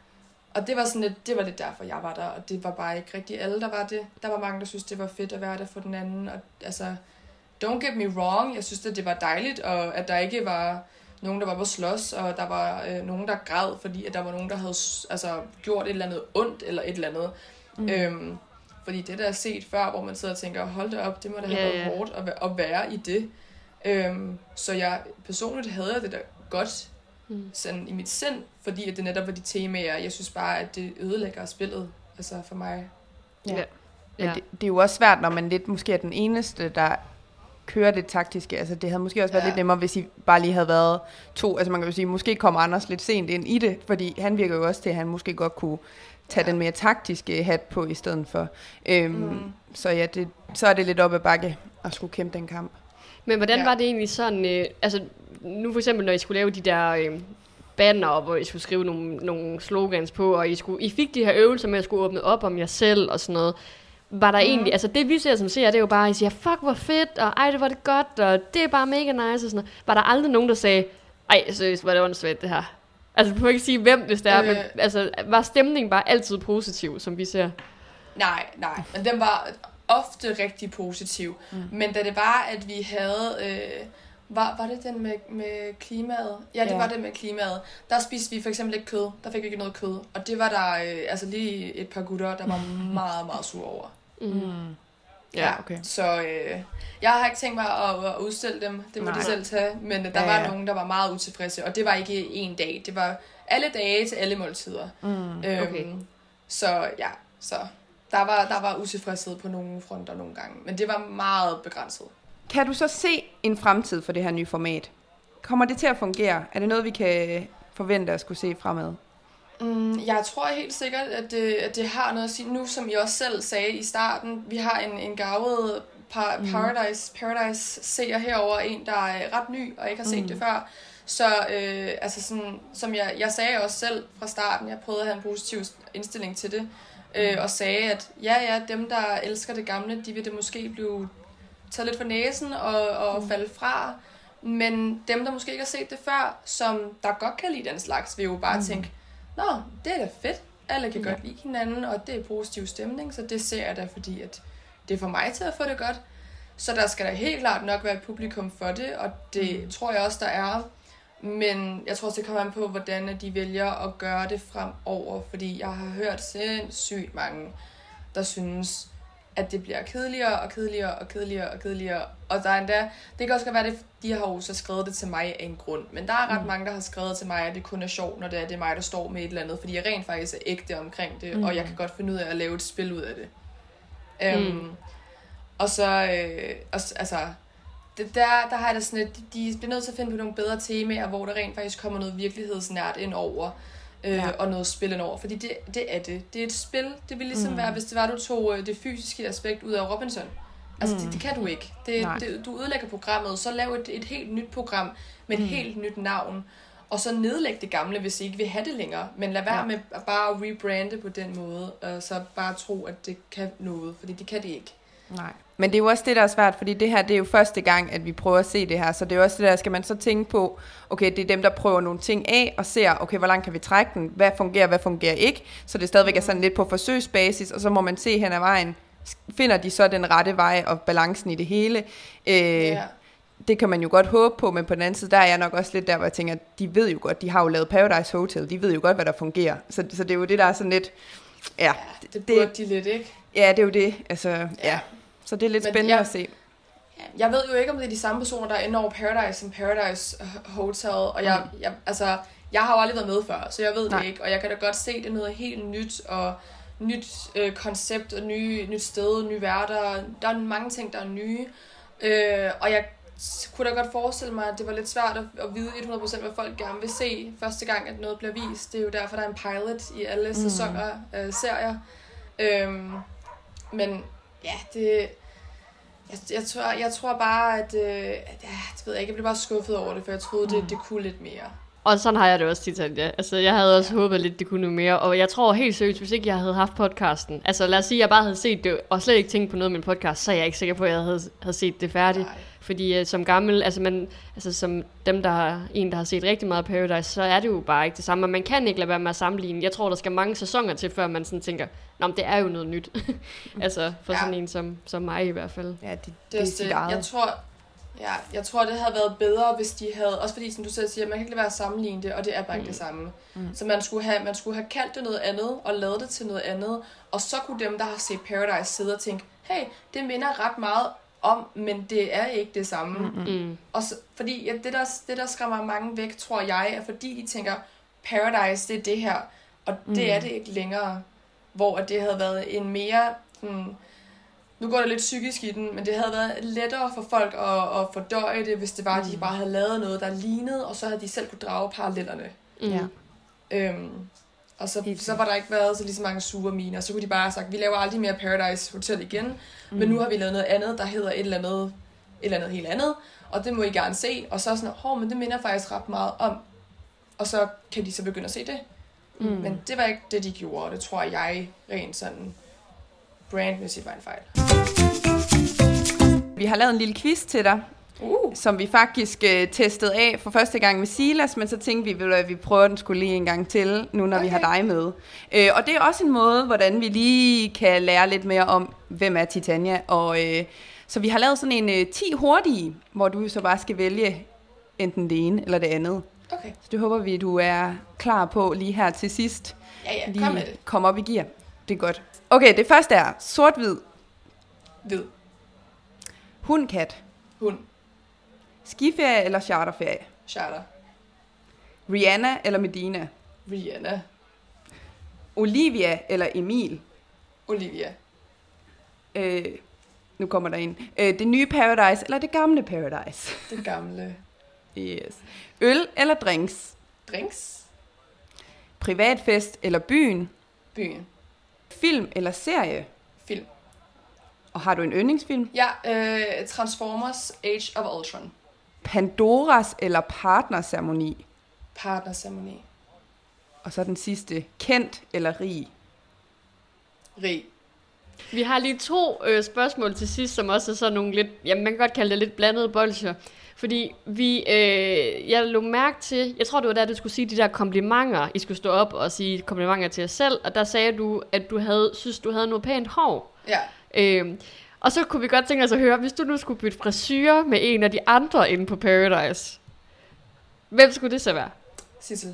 Og det var sådan lidt, det var lidt derfor, jeg var der, og det var bare ikke rigtig alle, der var det. Der var mange, der synes det var fedt at være der for den anden, og altså, don't get me wrong, jeg synes, at det var dejligt, og at der ikke var nogen, der var på slås, og der var øh, nogen, der græd, fordi at der var nogen, der havde altså, gjort et eller andet ondt, eller et eller andet. Mm. Øhm, fordi det, der er set før, hvor man sidder og tænker, hold det op, det må da have yeah, været yeah. hårdt at, at være i det. Øhm, så jeg personligt havde det da godt, Mm. sådan i mit sind, fordi at det netop var de temaer. Jeg synes bare, at det ødelægger spillet, altså for mig. Ja. Ja. Men det, det er jo også svært, når man lidt måske er den eneste, der kører det taktiske. Altså det havde måske også været ja. lidt nemmere, hvis I bare lige havde været to. Altså man kan jo sige, måske kommer Anders lidt sent ind i det, fordi han virker jo også til, at han måske godt kunne tage ja. den mere taktiske hat på i stedet for. Øhm, mm. Så ja, det, så er det lidt op ad bakke at skulle kæmpe den kamp. Men hvordan ja. var det egentlig sådan, øh, altså nu for eksempel, når I skulle lave de der øh, banner, hvor I skulle skrive nogle, nogle slogans på, og I, skulle, I fik de her øvelser med at skulle åbne op om jer selv og sådan noget, var der mm. egentlig, altså det vi ser som ser, det er jo bare, at I siger, fuck hvor fedt, og ej det var det godt, og det er bare mega nice og sådan noget. Var der aldrig nogen, der sagde, ej seriøst, var det åndssvagt det her? Altså du må ikke sige hvem, hvis det er, øh. men altså var stemningen bare altid positiv, som vi ser? Nej, nej, men den var ofte rigtig positiv, mm. men da det var, at vi havde... Øh, Var, var det den med, med klimaet? Ja, det ja. var det med klimaet. Der spiste vi for eksempel ikke kød. Der fik vi ikke noget kød. Og det var der øh, altså lige et par gutter, der var meget, meget sure over. Mm. Ja, okay. Så øh, jeg har ikke tænkt mig at, at udstille dem. Det må Nej. de selv tage. Men der ja, var ja. nogen, der var meget utilfredse. Og det var ikke en dag. Det var alle dage til alle måltider. Mm. Øhm, okay. Så ja, Så der var, der var utilfredshed på nogle fronter nogle gange, men det var meget begrænset. Kan du så se en fremtid for det her nye format? Kommer det til at fungere? Er det noget, vi kan forvente at skulle se fremad? Mm, jeg tror helt sikkert, at det, at det har noget at sige. Nu, som I også selv sagde i starten, vi har en, en gavet par, mm. Paradise, Paradise seer herover, en, der er ret ny og ikke har set mm. det før. Så øh, altså sådan, som jeg, jeg sagde også selv fra starten, jeg prøvede at have en positiv indstilling til det, øh, og sagde, at ja, ja, dem, der elsker det gamle, de vil det måske blive taget lidt for næsen og, og mm. falde fra. Men dem, der måske ikke har set det før, som der godt kan lide den slags, vil jo bare mm. tænke, nå, det er da fedt. Alle kan ja. godt lide hinanden, og det er positiv stemning, så det ser jeg da, fordi at det får mig til at få det godt. Så der skal da helt klart nok være et publikum for det, og det mm. tror jeg også, der er. Men jeg tror også, det kommer an på, hvordan de vælger at gøre det fremover, fordi jeg har hørt sindssygt mange, der synes, at det bliver kedeligere og kedeligere og kedeligere og kedeligere. Og der er endda, det kan også godt være, at de har jo så skrevet det til mig af en grund. Men der er ret mm. mange, der har skrevet til mig, at det kun er sjovt, når det er, det er mig, der står med et eller andet. Fordi jeg rent faktisk er ægte omkring det, mm. og jeg kan godt finde ud af at lave et spil ud af det. Mm. Um, og så, øh, og, altså, det der, der har jeg da sådan, at de, de bliver nødt til at finde på nogle bedre temaer, hvor der rent faktisk kommer noget virkelighedsnært ind over. Øh, ja. Og noget spil ind over, fordi det, det er det. Det er et spil. Det vil ligesom mm. være, hvis det var, du tog det fysiske aspekt ud af Robinson. Altså, mm. det, det kan du ikke. Det, det, du udlægger programmet, så lav et, et helt nyt program med et mm. helt nyt navn, og så nedlæg det gamle, hvis I ikke vil have det længere. Men lad være ja. med at bare rebrande på den måde, og så bare tro, at det kan noget, fordi det kan det ikke. Nej. Men det er jo også det, der er svært, fordi det her, det er jo første gang, at vi prøver at se det her, så det er jo også det der, skal man så tænke på, okay, det er dem, der prøver nogle ting af, og ser, okay, hvor langt kan vi trække den, hvad fungerer, hvad fungerer ikke, så det stadigvæk er sådan lidt på forsøgsbasis, og så må man se hen ad vejen, finder de så den rette vej og balancen i det hele. Øh, yeah. Det kan man jo godt håbe på, men på den anden side, der er jeg nok også lidt der, hvor jeg tænker, de ved jo godt, de har jo lavet Paradise Hotel, de ved jo godt, hvad der fungerer, så, så det er jo det, der er sådan lidt, ja. ja det burde det, de lidt, ikke? Ja, det er jo det, altså, ja. ja. Så det er lidt men spændende jeg, at se. Jeg ved jo ikke, om det er de samme personer, der er inde over Paradise som Paradise Hotel. Og jeg, mm. jeg, altså, jeg har jo aldrig været med før, så jeg ved Nej. det ikke. Og jeg kan da godt se, det er noget helt nyt, og nyt øh, koncept, og nye, nyt sted, nye værter. Der er mange ting, der er nye. Øh, og jeg kunne da godt forestille mig, at det var lidt svært at, at vide hundrede procent, hvad folk gerne vil se første gang, at noget bliver vist. Det er jo derfor, der er en pilot i alle mm. sæsoner øh, serier. Øh, men ja, det... Jeg, jeg, tror, jeg tror bare, at... Øh, at ja, det ved jeg ikke, jeg blev bare skuffet over det, for jeg troede, mm. det, det kunne lidt mere. Og sådan har jeg det også tit, ja. Altså, jeg havde også ja. håbet lidt, det kunne noget mere. Og jeg tror helt seriøst, hvis ikke jeg havde haft podcasten... Altså, lad os sige, at jeg bare havde set det, og slet ikke tænkt på noget med en podcast, så er jeg ikke sikker på, at jeg havde, havde set det færdigt. Nej. Fordi uh, som gammel, altså, man, altså som dem, der har, en, der har set rigtig meget Paradise, så er det jo bare ikke det samme. Og man kan ikke lade være med at sammenligne. Jeg tror, der skal mange sæsoner til, før man sådan tænker, nå, men det er jo noget nyt. altså, for ja. sådan en som, som mig i hvert fald. Ja, det, det, det er sit eget. Jeg tror, ja, jeg tror, det havde været bedre, hvis de havde... Også fordi, som du selv siger, man kan ikke lade være at sammenligne det, og det er bare ikke mm. det samme. Mm. Så man skulle, have, man skulle have kaldt det noget andet, og lavet det til noget andet. Og så kunne dem, der har set Paradise, sidde og tænke, hey, det minder ret meget om, men det er ikke det samme. Mm-hmm. Og så, fordi ja, det, der, det, der skræmmer mange væk, tror jeg, er fordi de tænker, Paradise, det er det her, og det mm. er det ikke længere. Hvor det havde været en mere... Hmm, nu går det lidt psykisk i den, men det havde været lettere for folk at, at fordøje det, hvis det var, at de bare havde lavet noget, der lignede, og så havde de selv kunne drage parallellerne. Mm. Ja. Øhm, og så, så var der ikke været så lige så mange sure miner. Så kunne de bare have sagt, vi laver aldrig mere Paradise Hotel igen, mm. men nu har vi lavet noget andet, der hedder et eller andet, et eller andet helt andet, og det må I gerne se. Og så sådan, hov, men det minder faktisk ret meget om. Og så kan de så begynde at se det. Mm. Men det var ikke det, de gjorde, og det tror jeg rent sådan brandmæssigt var en fejl. Vi har lavet en lille quiz til dig, uh. som vi faktisk uh, testede af for første gang med Silas, men så tænkte vi, at vi prøver den skulle lige en gang til, nu når okay. vi har dig med. Uh, og det er også en måde, hvordan vi lige kan lære lidt mere om, hvem er Titania. Og, uh, så vi har lavet sådan en uh, ti hurtige, hvor du så bare skal vælge enten det ene eller det andet. Okay. Så det håber vi, du er klar på lige her til sidst. Ja, ja, kom med det. Kom op i gear. Det er godt. Okay, det første er sort-hvid. Hvid. Hund-kat. Hund. Skiferie eller charterferie? Charter. Rihanna eller Medina? Rihanna. Olivia eller Emil? Olivia. Øh, nu kommer der en. Øh, det nye Paradise, eller det gamle Paradise? Det gamle. Yes. Øl eller drinks? Drinks. Privatfest eller byen? Byen. Film eller serie? Film. Og har du en yndlingsfilm? Ja, øh, Transformers Age of Ultron. Pandoras eller partnerceremoni? Partnerceremoni. Og så den sidste. Kendt eller rig? Rig. Vi har lige to øh, spørgsmål til sidst, som også er sådan nogle lidt, jamen man kan godt kalde det lidt blandede bolsjer. Fordi vi, øh, jeg lå mærke til, jeg tror det var der, du skulle sige de der komplimenter, I skulle stå op og sige komplimenter til jer selv, og der sagde du, at du havde, synes, du havde noget pænt hår. Ja. Øh, og så kunne vi godt tænke os at høre, hvis du nu skulle bytte frisyre med en af de andre inde på Paradise, hvem skulle det så være? Sissel.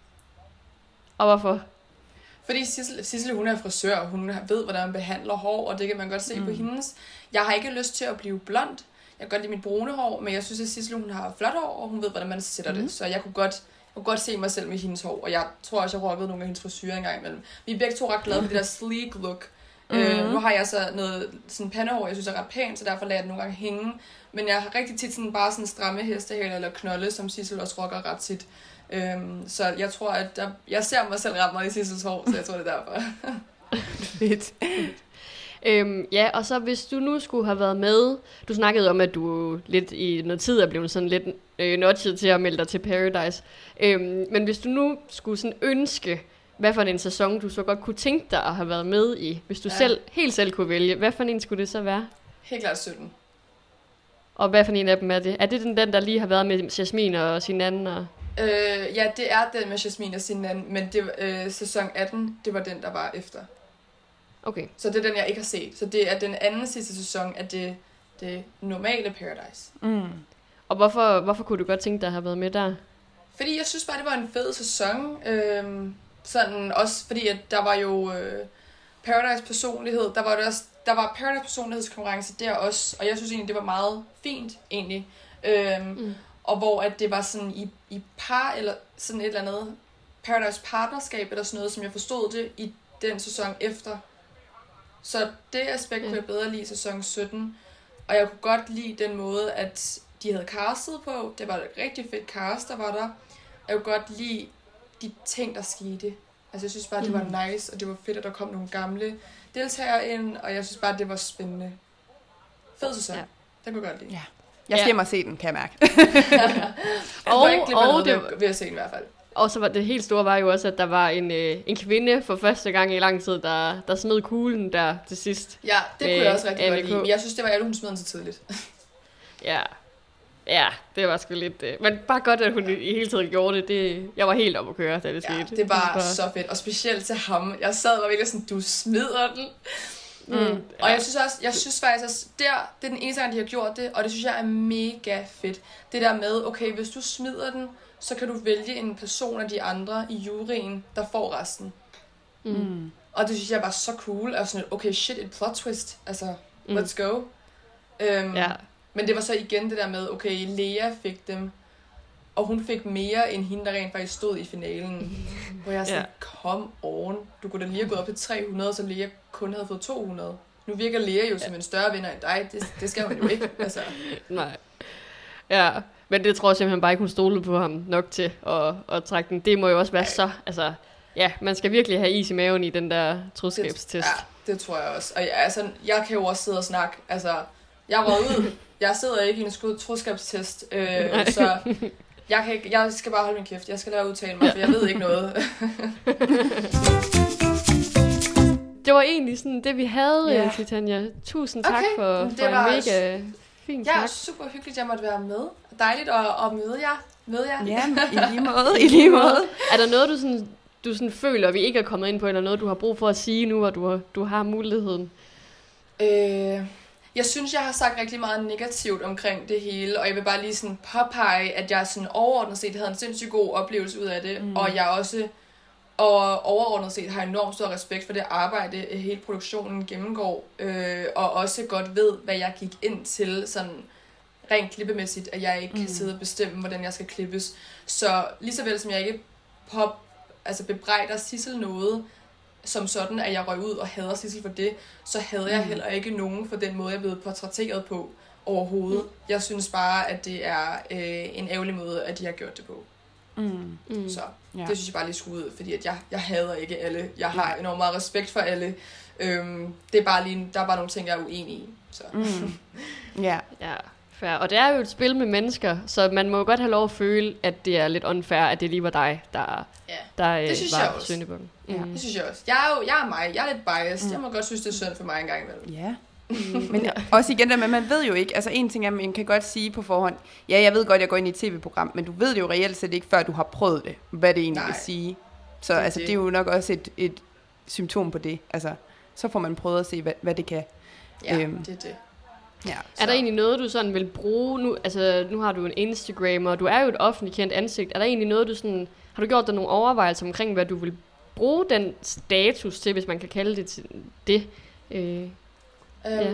Og hvorfor? Fordi Sissel, Sissel, hun er frisør, og hun ved, hvordan man behandler hår, og det kan man godt se mm. på hendes. Jeg har ikke lyst til at blive blond. Jeg kan godt lide mit brune hår, men jeg synes, at Sissel, hun har flot hår, og hun ved, hvordan man sætter mm. det. Så jeg kunne, godt, jeg kunne godt se mig selv med hendes hår, og jeg tror også, jeg rockede nogle af hendes frisyrer engang imellem. Vi er begge to ret glade for det der sleek look. Mm. Øh, nu har jeg så noget sådan pandehår, jeg synes er ret pænt, så derfor lader jeg det nogle gange hænge. Men jeg har rigtig tit sådan bare sådan stramme hestehæler eller knolde, som Sissel også rocker ret tit. Øhm, så jeg tror, at der, jeg ser mig selv ret meget i Sissels hår, så jeg tror, det er derfor. Fedt. Øhm, ja, og så hvis du nu skulle have været med, du snakkede om, at du lidt i noget tid er blevet sådan lidt øh, notchet til at melde dig til Paradise. Øhm, men hvis du nu skulle sådan ønske, hvad for en sæson du så godt kunne tænke dig at have været med i, hvis du ja. selv helt selv kunne vælge, hvad for en skulle det så være? Helt klart sytten. Og hvad for en af dem er det? Er det den, den der lige har været med Jasmin og sin anden? Og... Øh, ja, det er den med Jasmin og sin anden, men det, øh, sæson atten, det var den, der var efter. Okay. Så det er den, jeg ikke har set. Så det er den anden sidste sæson af det, det normale Paradise. Mm. Og hvorfor, hvorfor kunne du godt tænke dig at have været med der? Fordi jeg synes bare, det var en fed sæson. Øhm, sådan også fordi, at der var jo øh, Paradise personlighed. Der var, det også, der var Paradise personlighedskonkurrence der også. Og jeg synes egentlig, det var meget fint, egentlig. Øhm, mm. Og hvor at det var sådan i, i par, eller sådan et eller andet Paradise partnerskab, eller sådan noget, som jeg forstod det i den sæson efter. Så det aspekt kunne jeg bedre lide i sæson sytten. Og jeg kunne godt lide den måde, at de havde castet på. Det var et rigtig fedt cast, der var der. Jeg kunne godt lide de ting, der skete. Altså jeg synes bare, det var nice, og det var fedt, at der kom nogle gamle deltagere ind. Og jeg synes bare, det var spændende. Fed sæson. Ja. Det kunne jeg godt lide. Ja. Jeg skal hjem og se den, kan jeg mærke. jeg og, ikke og noget, det var... ved at se den i hvert fald. Og så var det helt store var jo også, at der var en, øh, en kvinde for første gang i lang tid, der, der smed kuglen der til sidst. Ja, det kunne jeg også rigtig godt lide. Men jeg synes, det var ærligt, hun smed den så tidligt. ja, ja, det var sgu lidt... Øh, men bare godt, at hun i hele tiden gjorde det. det jeg var helt op at køre, da det ja, skete. det var bare så fedt. Og specielt til ham. Jeg sad og var virkelig sådan, du smider den. Mm. Mm. Og jeg synes også, jeg synes faktisk også, der, det er den eneste gang, de har gjort det, og det synes jeg er mega fedt. Det der med, okay, hvis du smider den, så kan du vælge en person af de andre i juryen, der får resten. Mm. Og det synes jeg var så cool, og sådan, okay, shit, et plot twist, altså, mm. let's go. Um, ja. Men det var så igen det der med, okay, Lea fik dem, og hun fik mere end hende, der rent faktisk stod i finalen. Hvor jeg sådan, ja. Come on, du kunne da lige have gået op til tre hundrede, så Lea kun havde fået to hundrede. Nu virker Lea jo ja. som en større vinder end dig, det, det skal hun jo ikke. Altså. Nej. Ja, men det tror jeg simpelthen bare ikke, hun stolede på ham nok til at, at trække den. Det må jo også være ja. så, altså, ja, man skal virkelig have is i maven i den der troskabstest. Ja, det tror jeg også. Og jeg, altså, jeg kan jo også sidde og snakke, altså, jeg er røget ud. Jeg sidder ikke i en skud troskabstest, øh, så jeg, kan ikke, jeg skal bare holde min kæft. Jeg skal lade udtale mig, for jeg ved ikke noget. Det var egentlig sådan det, vi havde, ja. Titania. Tusind tak okay. for, for en mega fin snak. Ja, super hyggeligt, jeg måtte være med. Dejligt at, at møde jer. Møde jer. Ja, i lige måde. I lige måde. Er der noget, du, sådan, du sådan føler, vi ikke er kommet ind på, eller noget, du har brug for at sige nu, hvor du har, du har muligheden? Øh... Jeg synes, jeg har sagt rigtig meget negativt omkring det hele, og jeg vil bare lige sådan påpege, at jeg sådan overordnet set havde en sindssygt god oplevelse ud af det, mm. og jeg også og overordnet set har enormt stor respekt for det arbejde, hele produktionen gennemgår, øh, og også godt ved, hvad jeg gik ind til, sådan rent klippemæssigt, at jeg ikke mm. kan sidde og bestemme, hvordan jeg skal klippes. Så lige så vel som jeg ikke pop, altså bebrejder Sissel noget, som sådan, at jeg røg ud og hader Sissel for det, så havde jeg heller ikke nogen for den måde, jeg er blevet portrætteret på overhovedet. Mm. Jeg synes bare, at det er øh, en ærgerlig måde, at de har gjort det på. Mm. Mm. Så ja. det synes jeg bare lige skulle ud, fordi at jeg, jeg hader ikke alle. Jeg har Nej. enormt meget respekt for alle. Øhm, det er bare lige, der er bare nogle ting, jeg er uenig i. Så. Mm. ja. ja. Fair. Og det er jo et spil med mennesker, så man må godt have lov at føle, at det er lidt unfair, at det lige var dig, der, ja. der det synes var syndebukken. Ja. Mm. Det synes jeg også. Jeg er jo jeg er mig. Jeg er lidt biased. Mm. Jeg må godt synes, det er synd for mig en gang imellem. Ja. Mm. Men også igen der, men man ved jo ikke, altså en ting er, man kan godt sige på forhånd, ja, jeg ved godt, jeg går ind i et tv-program, men du ved det jo reelt set ikke, før du har prøvet det, hvad det egentlig Nej. vil sige. Så det altså, det. det er jo nok også et, et symptom på det. Altså, så får man prøvet at se, hvad, hvad det kan. Ja, øhm. det er det. Ja, er der egentlig noget, du sådan vil bruge nu? Altså, nu har du en Instagram, og du er jo et offentligt kendt ansigt. Er der egentlig noget, du sådan... Har du gjort dig nogle overvejelser omkring, hvad du vil bruge den status til, hvis man kan kalde det til det? Øh, øhm, ja.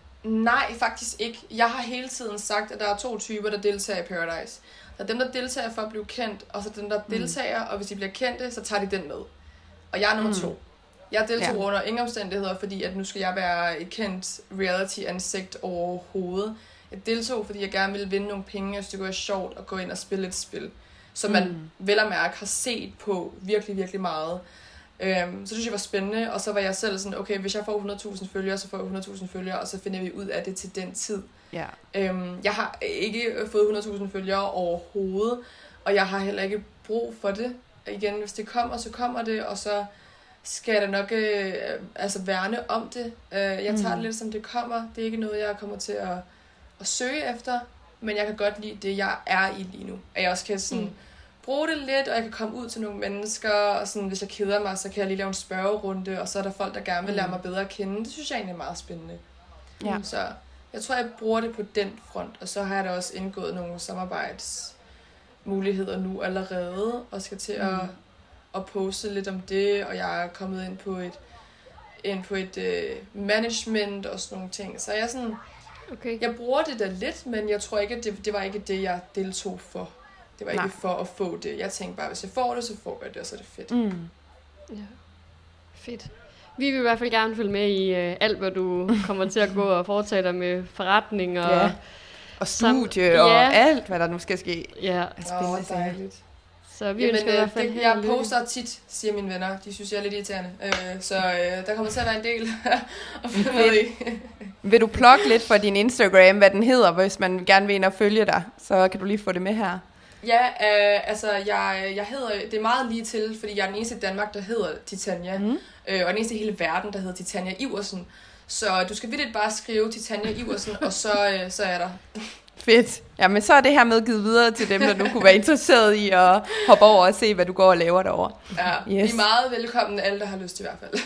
Nej, faktisk ikke. Jeg har hele tiden sagt, at der er to typer, der deltager i Paradise. Der er dem, der deltager for at blive kendt, og så dem, der mm. deltager, og hvis de bliver kendte, så tager de den med. Og jeg er nummer mm. to. Jeg deltog ja. under ingen omstændigheder, fordi at nu skal jeg være et kendt reality-ansigt overhovedet. Jeg deltog, fordi jeg gerne ville vinde nogle penge, og det kunne være sjovt at gå ind og spille et spil, som man mm. vel og mærke har set på virkelig, virkelig meget. Øhm, så synes jeg var spændende, og så var jeg selv sådan, okay, hvis jeg får hundrede tusind følgere, så får jeg hundrede tusind følgere, og så finder vi ud af det til den tid. Ja. Øhm, jeg har ikke fået hundrede tusind følgere overhovedet, og jeg har heller ikke brug for det. Igen, hvis det kommer, så kommer det, og så skal jeg da nok øh, altså værne om det. Øh, jeg tager mm. det lidt, som det kommer. Det er ikke noget, jeg kommer til at, at søge efter, men jeg kan godt lide det, jeg er i lige nu. At jeg også kan sådan, mm. bruge det lidt, og jeg kan komme ud til nogle mennesker, og sådan, hvis jeg keder mig, så kan jeg lige lave en spørgerunde, og så er der folk, der gerne vil lære mig bedre at kende. Det synes jeg egentlig er meget spændende. Ja. Så jeg tror, jeg bruger det på den front, og så har jeg da også indgået nogle samarbejdsmuligheder nu allerede, og skal til mm. at og poste lidt om det, og jeg er kommet ind på et ind på et uh, management og sådan nogle ting. Så jeg sådan, okay. jeg bruger det da lidt, men jeg tror ikke, at det, det var ikke det, jeg deltog for. Det var Nej. ikke for at få det. Jeg tænkte bare, hvis jeg får det, så får jeg det, og så er det fedt. Mm. Ja. Fedt. Vi vil i hvert fald gerne følge med i uh, alt, hvad du kommer til at gå og foretage dig med forretning og, ja. og studie og ja. alt, hvad der nu skal ske. Ja. Åh, oh, dejligt. Så vi Jamen, øh, i hvert fald det, jeg poster tit, siger mine venner. De synes, jeg er lidt irriterende. Øh, så øh, der kommer til at være en del at finde med i. Vil du plukke lidt for din Instagram, hvad den hedder, hvis man gerne vil ind og følge dig? Så kan du lige få det med her. Ja, øh, altså jeg, jeg hedder, det er meget lige til, fordi jeg er den eneste i Danmark, der hedder Titania. Mm. Øh, og den eneste i hele verden, der hedder Titania Iversen. Så du skal virkelig bare skrive Titania Iversen, og så, øh, så er der... Fedt. Jamen, så er det her medgivet videre til dem, der nu kunne være interesseret i at hoppe over og se, hvad du går og laver derovre. Ja, yes. Vi er meget velkomne, alle der har lyst i hvert fald.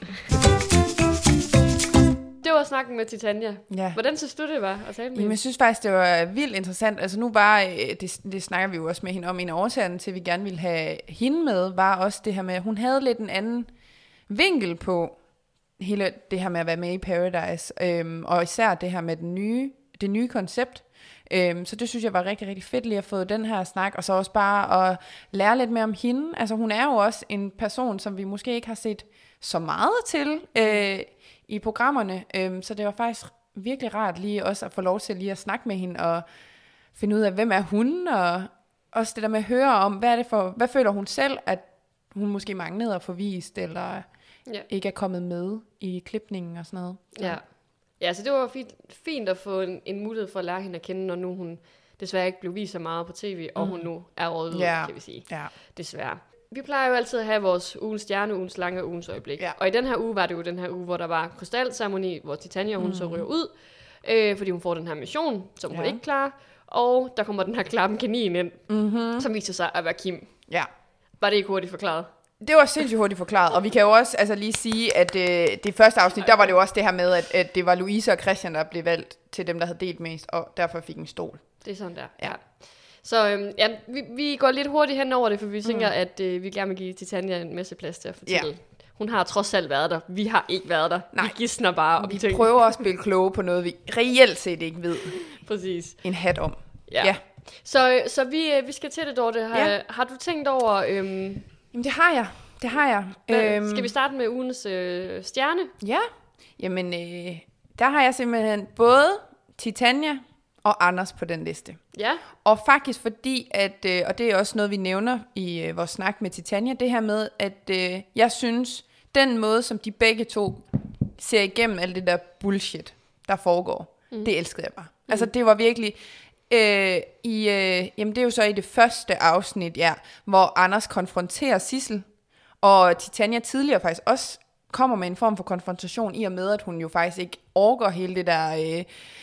Det var snakken med Titania. Ja. Hvordan synes du, det var at tale med? Jamen, jeg synes faktisk, det var vildt interessant. Altså nu bare, det, det snakker vi jo også med hende om, en af årsagerne til, at vi gerne ville have hende med, var også det her med, at hun havde lidt en anden vinkel på hele det her med at være med i Paradise. Øhm, og især det her med den nye, det nye koncept. Øhm, så det synes jeg var rigtig, rigtig fedt lige at få den her snak, og så også bare at lære lidt mere om hende. Altså hun er jo også en person, som vi måske ikke har set så meget til øh, i programmerne, øhm, så det var faktisk virkelig rart lige også at få lov til lige at snakke med hende, og finde ud af, hvem er hun, og også det der med at høre om, hvad er det for, hvad føler hun selv, at hun måske manglede at få vist, eller ja. ikke er kommet med i klipningen og sådan noget. Så. Ja. Ja, så det var fint, fint at få en, en mulighed for at lære hende at kende, når nu hun desværre ikke blev vist så meget på tv, og mm. hun nu er røget ud, yeah. kan vi sige. Yeah. Desværre. Vi plejer jo altid at have vores ugens stjerne, ugens lange og ugens øjeblik. Yeah. Og i den her uge var det jo den her uge, hvor der var krystalceremoni, hvor Titania hun mm. så ryger ud, øh, fordi hun får den her mission, som yeah. hun ikke klarer. Og der kommer den her klappen kanin ind, mm-hmm. som viser sig at være Kim. Ja. Var det ikke hurtigt forklaret? Det var sindssygt hurtigt forklaret, og vi kan jo også altså lige sige, at øh, det første afsnit, der var det jo også det her med, at, at det var Louise og Christian, der blev valgt til dem, der havde delt mest, og derfor fik en stol. Det er sådan der, ja. ja. Så øhm, ja, vi, vi går lidt hurtigt hen over det, for vi tænker, mm. at øh, vi gerne vil give Titania en masse plads til at fortælle. Ja. Hun har trods alt været der. Vi har ikke været der. Nej. Vi gidsner bare. Og vi tænker. prøver at spille kloge på noget, vi reelt set ikke ved. Præcis. En hat om. Ja. ja. Så, så vi, vi skal til det, Dorte. Har, ja. har du tænkt over... Øhm, Jamen det har jeg. Det det har jeg. Hvad, Øhm, skal vi starte med ugens øh, stjerne? Ja, jamen øh, der har jeg simpelthen både Titania og Anders på den liste. Ja. Og faktisk fordi, at, øh, og det er også noget, vi nævner i øh, vores snak med Titania, det her med, at øh, jeg synes, den måde, som de begge to ser igennem alt det der bullshit, der foregår, mm. det elskede jeg bare. Mm. Altså det var virkelig, øh, i, øh, jamen det er jo så i det første afsnit, ja, hvor Anders konfronterer Sissel, og Titania tidligere faktisk også kommer med en form for konfrontation, i og med, at hun jo faktisk ikke orker hele det der... Øh,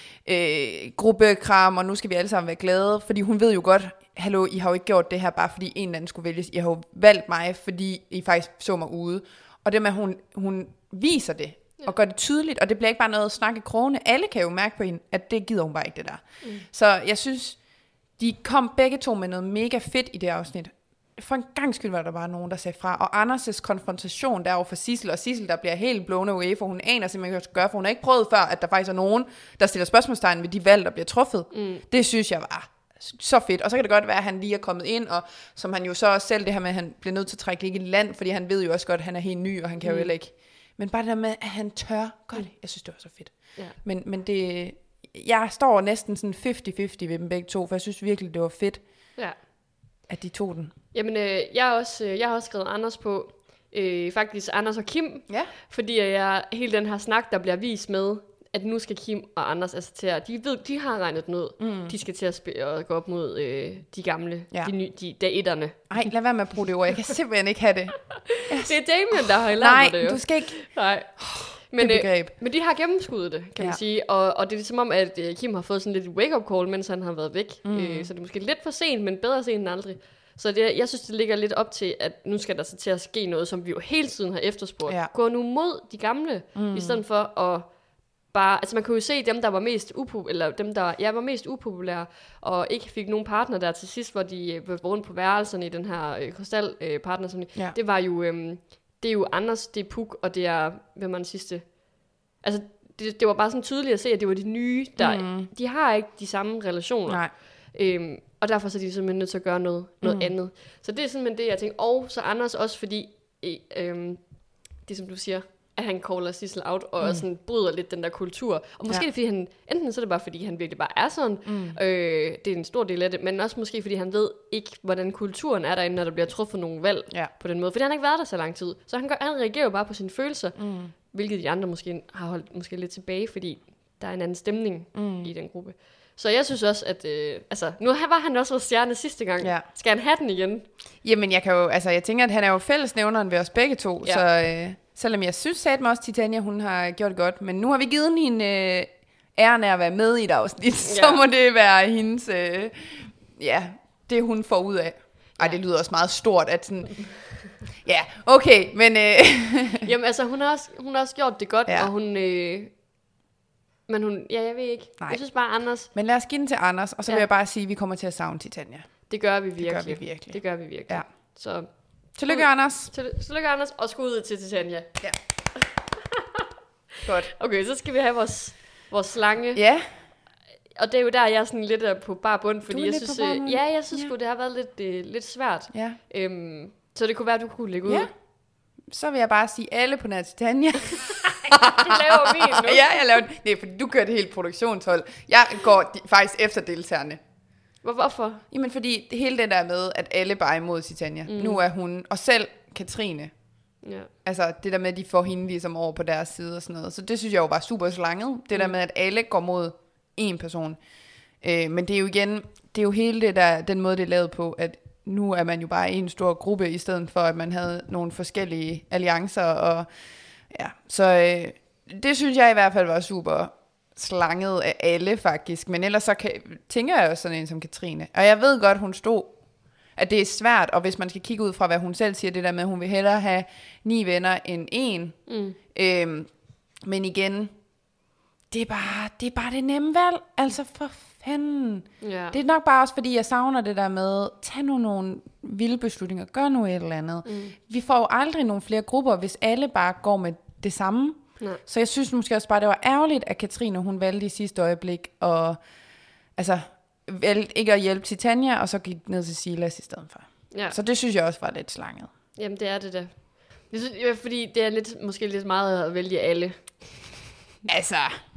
Øh, gruppekram, og nu skal vi alle sammen være glade, fordi hun ved jo godt, hallo, I har jo ikke gjort det her, bare fordi en eller anden skulle vælges, I har jo valgt mig, fordi I faktisk så mig ude, og det med, at hun, hun viser det, ja. Og gør det tydeligt, og det bliver ikke bare noget snak i krogene, alle kan jo mærke på hende, at det gider hun bare ikke det der, mm. så jeg synes, de kom begge to med noget mega fedt i det afsnit. For en gang skyld var der bare nogen, der sagde fra. Og Anders' konfrontation derovre for Sissel, og Sissel, der bliver helt blown away, for hun aner simpelthen ikke, hvad hun skal gøre, for hun har ikke prøvet før, at der faktisk er nogen, der stiller spørgsmålstegn ved de valg, der bliver truffet. Mm. Det synes jeg var så fedt. Og så kan det godt være, at han lige er kommet ind, og som han jo så også selv, det her med, at han bliver nødt til at trække ikke i land, fordi han ved jo også godt, at han er helt ny, og han kan mm. jo heller ikke. Men bare det der med, at han tør godt. Mm. Jeg synes, det var så fedt. Ja. Men, men det, jeg står næsten sådan halvtreds halvtreds ved dem begge to, for jeg synes virkelig, det var fedt, ja. At de tog den. Jamen, øh, jeg, har også, øh, jeg har også skrevet Anders på, øh, faktisk Anders og Kim, ja. Fordi jeg, hele den her snak, der bliver vist med, at nu skal Kim og Anders altså til at, de ved, de har regnet den ud, mm. de skal til at spille og gå op mod øh, de gamle, ja. de, nye, de daterne. Nej, lad være med at bruge det ord, jeg kan simpelthen ikke have det. Yes. Det er Damien, der har lært Nej, det jo. du skal ikke. Nej. Men, øh, men de har gennemskuddet det, kan ja. Man sige. Og, og det er ligesom om, at øh, Kim har fået sådan lidt wake-up call, mens han har været væk. Mm. Øh, så det er måske lidt for sent, men bedre sent end aldrig. Så det, jeg synes, det ligger lidt op til, at nu skal der så til at ske noget, som vi jo hele tiden har efterspurgt. Ja. Gå nu mod de gamle, mm. i stedet for at bare... Altså man kunne jo se dem, der var mest upop- eller dem, der ja, var mest upopulære, og ikke fik nogen partner der til sidst, hvor de øh, var rundt på værelserne i den her øh, krystalpartner. Øh, ja. Det var jo... Øh, det er jo Anders, det er Puk, og det er... Hvem var den sidste? Altså, det, det var bare sådan tydeligt at se, at det var de nye, der... Mm. De har ikke de samme relationer. Nej. Øhm, og derfor så er de simpelthen nødt til at gøre noget, noget mm. andet. Så det er simpelthen det, jeg tænker. Og så Anders også, fordi øh, øh, det som du siger, at han caller Sissel out, og mm. sådan bryder lidt den der kultur. Og måske ja. Det fordi han, enten så er det bare fordi han virkelig bare er sådan, mm. øh, det er en stor del af det, men også måske fordi han ved ikke, hvordan kulturen er derinde, når der bliver truffet nogle valg ja. På den måde. Fordi han har ikke været der så lang tid. Så han, gør, han reagerer jo bare på sine følelser, mm. hvilket de andre måske har holdt måske lidt tilbage, fordi der er en anden stemning mm. i den gruppe. Så jeg synes også, at øh, altså, nu var han også vores stjerne sidste gang. Ja. Skal han have den igen? Jamen, jeg kan jo, altså, jeg tænker, at han er jo fællesnævneren ved os begge to, ja. Så øh, selvom jeg synes satme også, Titania, hun har gjort det godt, men nu har vi givet hende øh, æren af at være med i et afsnit, ja. Så må det være hendes, øh, ja, det hun får ud af. Ej, ja. Det lyder også meget stort, at sådan, ja, okay, men... Øh, Jamen, altså, hun har, også, hun har også gjort det godt, ja. Og hun... Øh, Men hun, ja, jeg ved ikke. Nej. Jeg synes bare, Anders... Men lad os give den til Anders, og så ja. Vil jeg bare sige, at vi kommer til at savne Titania. Det gør vi virkelig. Det gør vi virkelig. Det gør vi virkelig. Ja. Så... Tillykke, Anders. Til, tillykke, Anders, og skud til Titania. Ja. Godt. Okay, så skal vi have vores, vores slange. Ja. Og det er jo der, jeg er sådan lidt på bar bund, fordi jeg synes, øh, ja, jeg synes ja. Sgu, det har været lidt, øh, lidt svært. Ja. Øhm, så det kunne være, at du kunne lægge ud. Ja. Så vil jeg bare sige alle på nær Titania. Du laver min nu. Ja, jeg laver den. Nej, fordi du kører det helt produktionshold. Jeg går de, faktisk efter deltagerne. Hvorfor? Jamen, fordi det hele det der med, at alle bare er imod Titania. Mm. Nu er hun, og selv Katrine. Ja. Altså, det der med, at de får hende ligesom over på deres side og sådan noget. Så det synes jeg jo var super slanget. Det mm. der med, at alle går mod én person. Øh, men det er jo igen, det er jo hele det der, den måde, det er lavet på, at nu er man jo bare en stor gruppe, i stedet for, at man havde nogle forskellige alliancer. Og ja, så øh, det synes jeg i hvert fald var super slanget af alle faktisk. Men ellers så kan, tænker jeg også sådan en som Katrine. Og jeg ved godt, hun stod, at det er svært, og hvis man skal kigge ud fra, hvad hun selv siger, det der med, at hun vil hellere have ni venner end en. Mm. Øhm, men igen, det er, bare, det er bare det nemme valg. Altså for fanden. Ja. Det er nok bare også, fordi jeg savner det der med, tag nu nogle vilde beslutninger, gør nu et eller andet. Mm. Vi får jo aldrig nogle flere grupper, hvis alle bare går med det samme. Nej. Så jeg synes måske også bare, det var ærgerligt, at Katrine, hun valgte i sidste øjeblik, og altså, valgte ikke at hjælpe Titania, og så gik ned til Silas i stedet for. Ja. Så det synes jeg også var lidt slanget. Jamen det er det da. Jeg synes, ja, fordi det er lidt, måske lidt meget at vælge alle. Altså,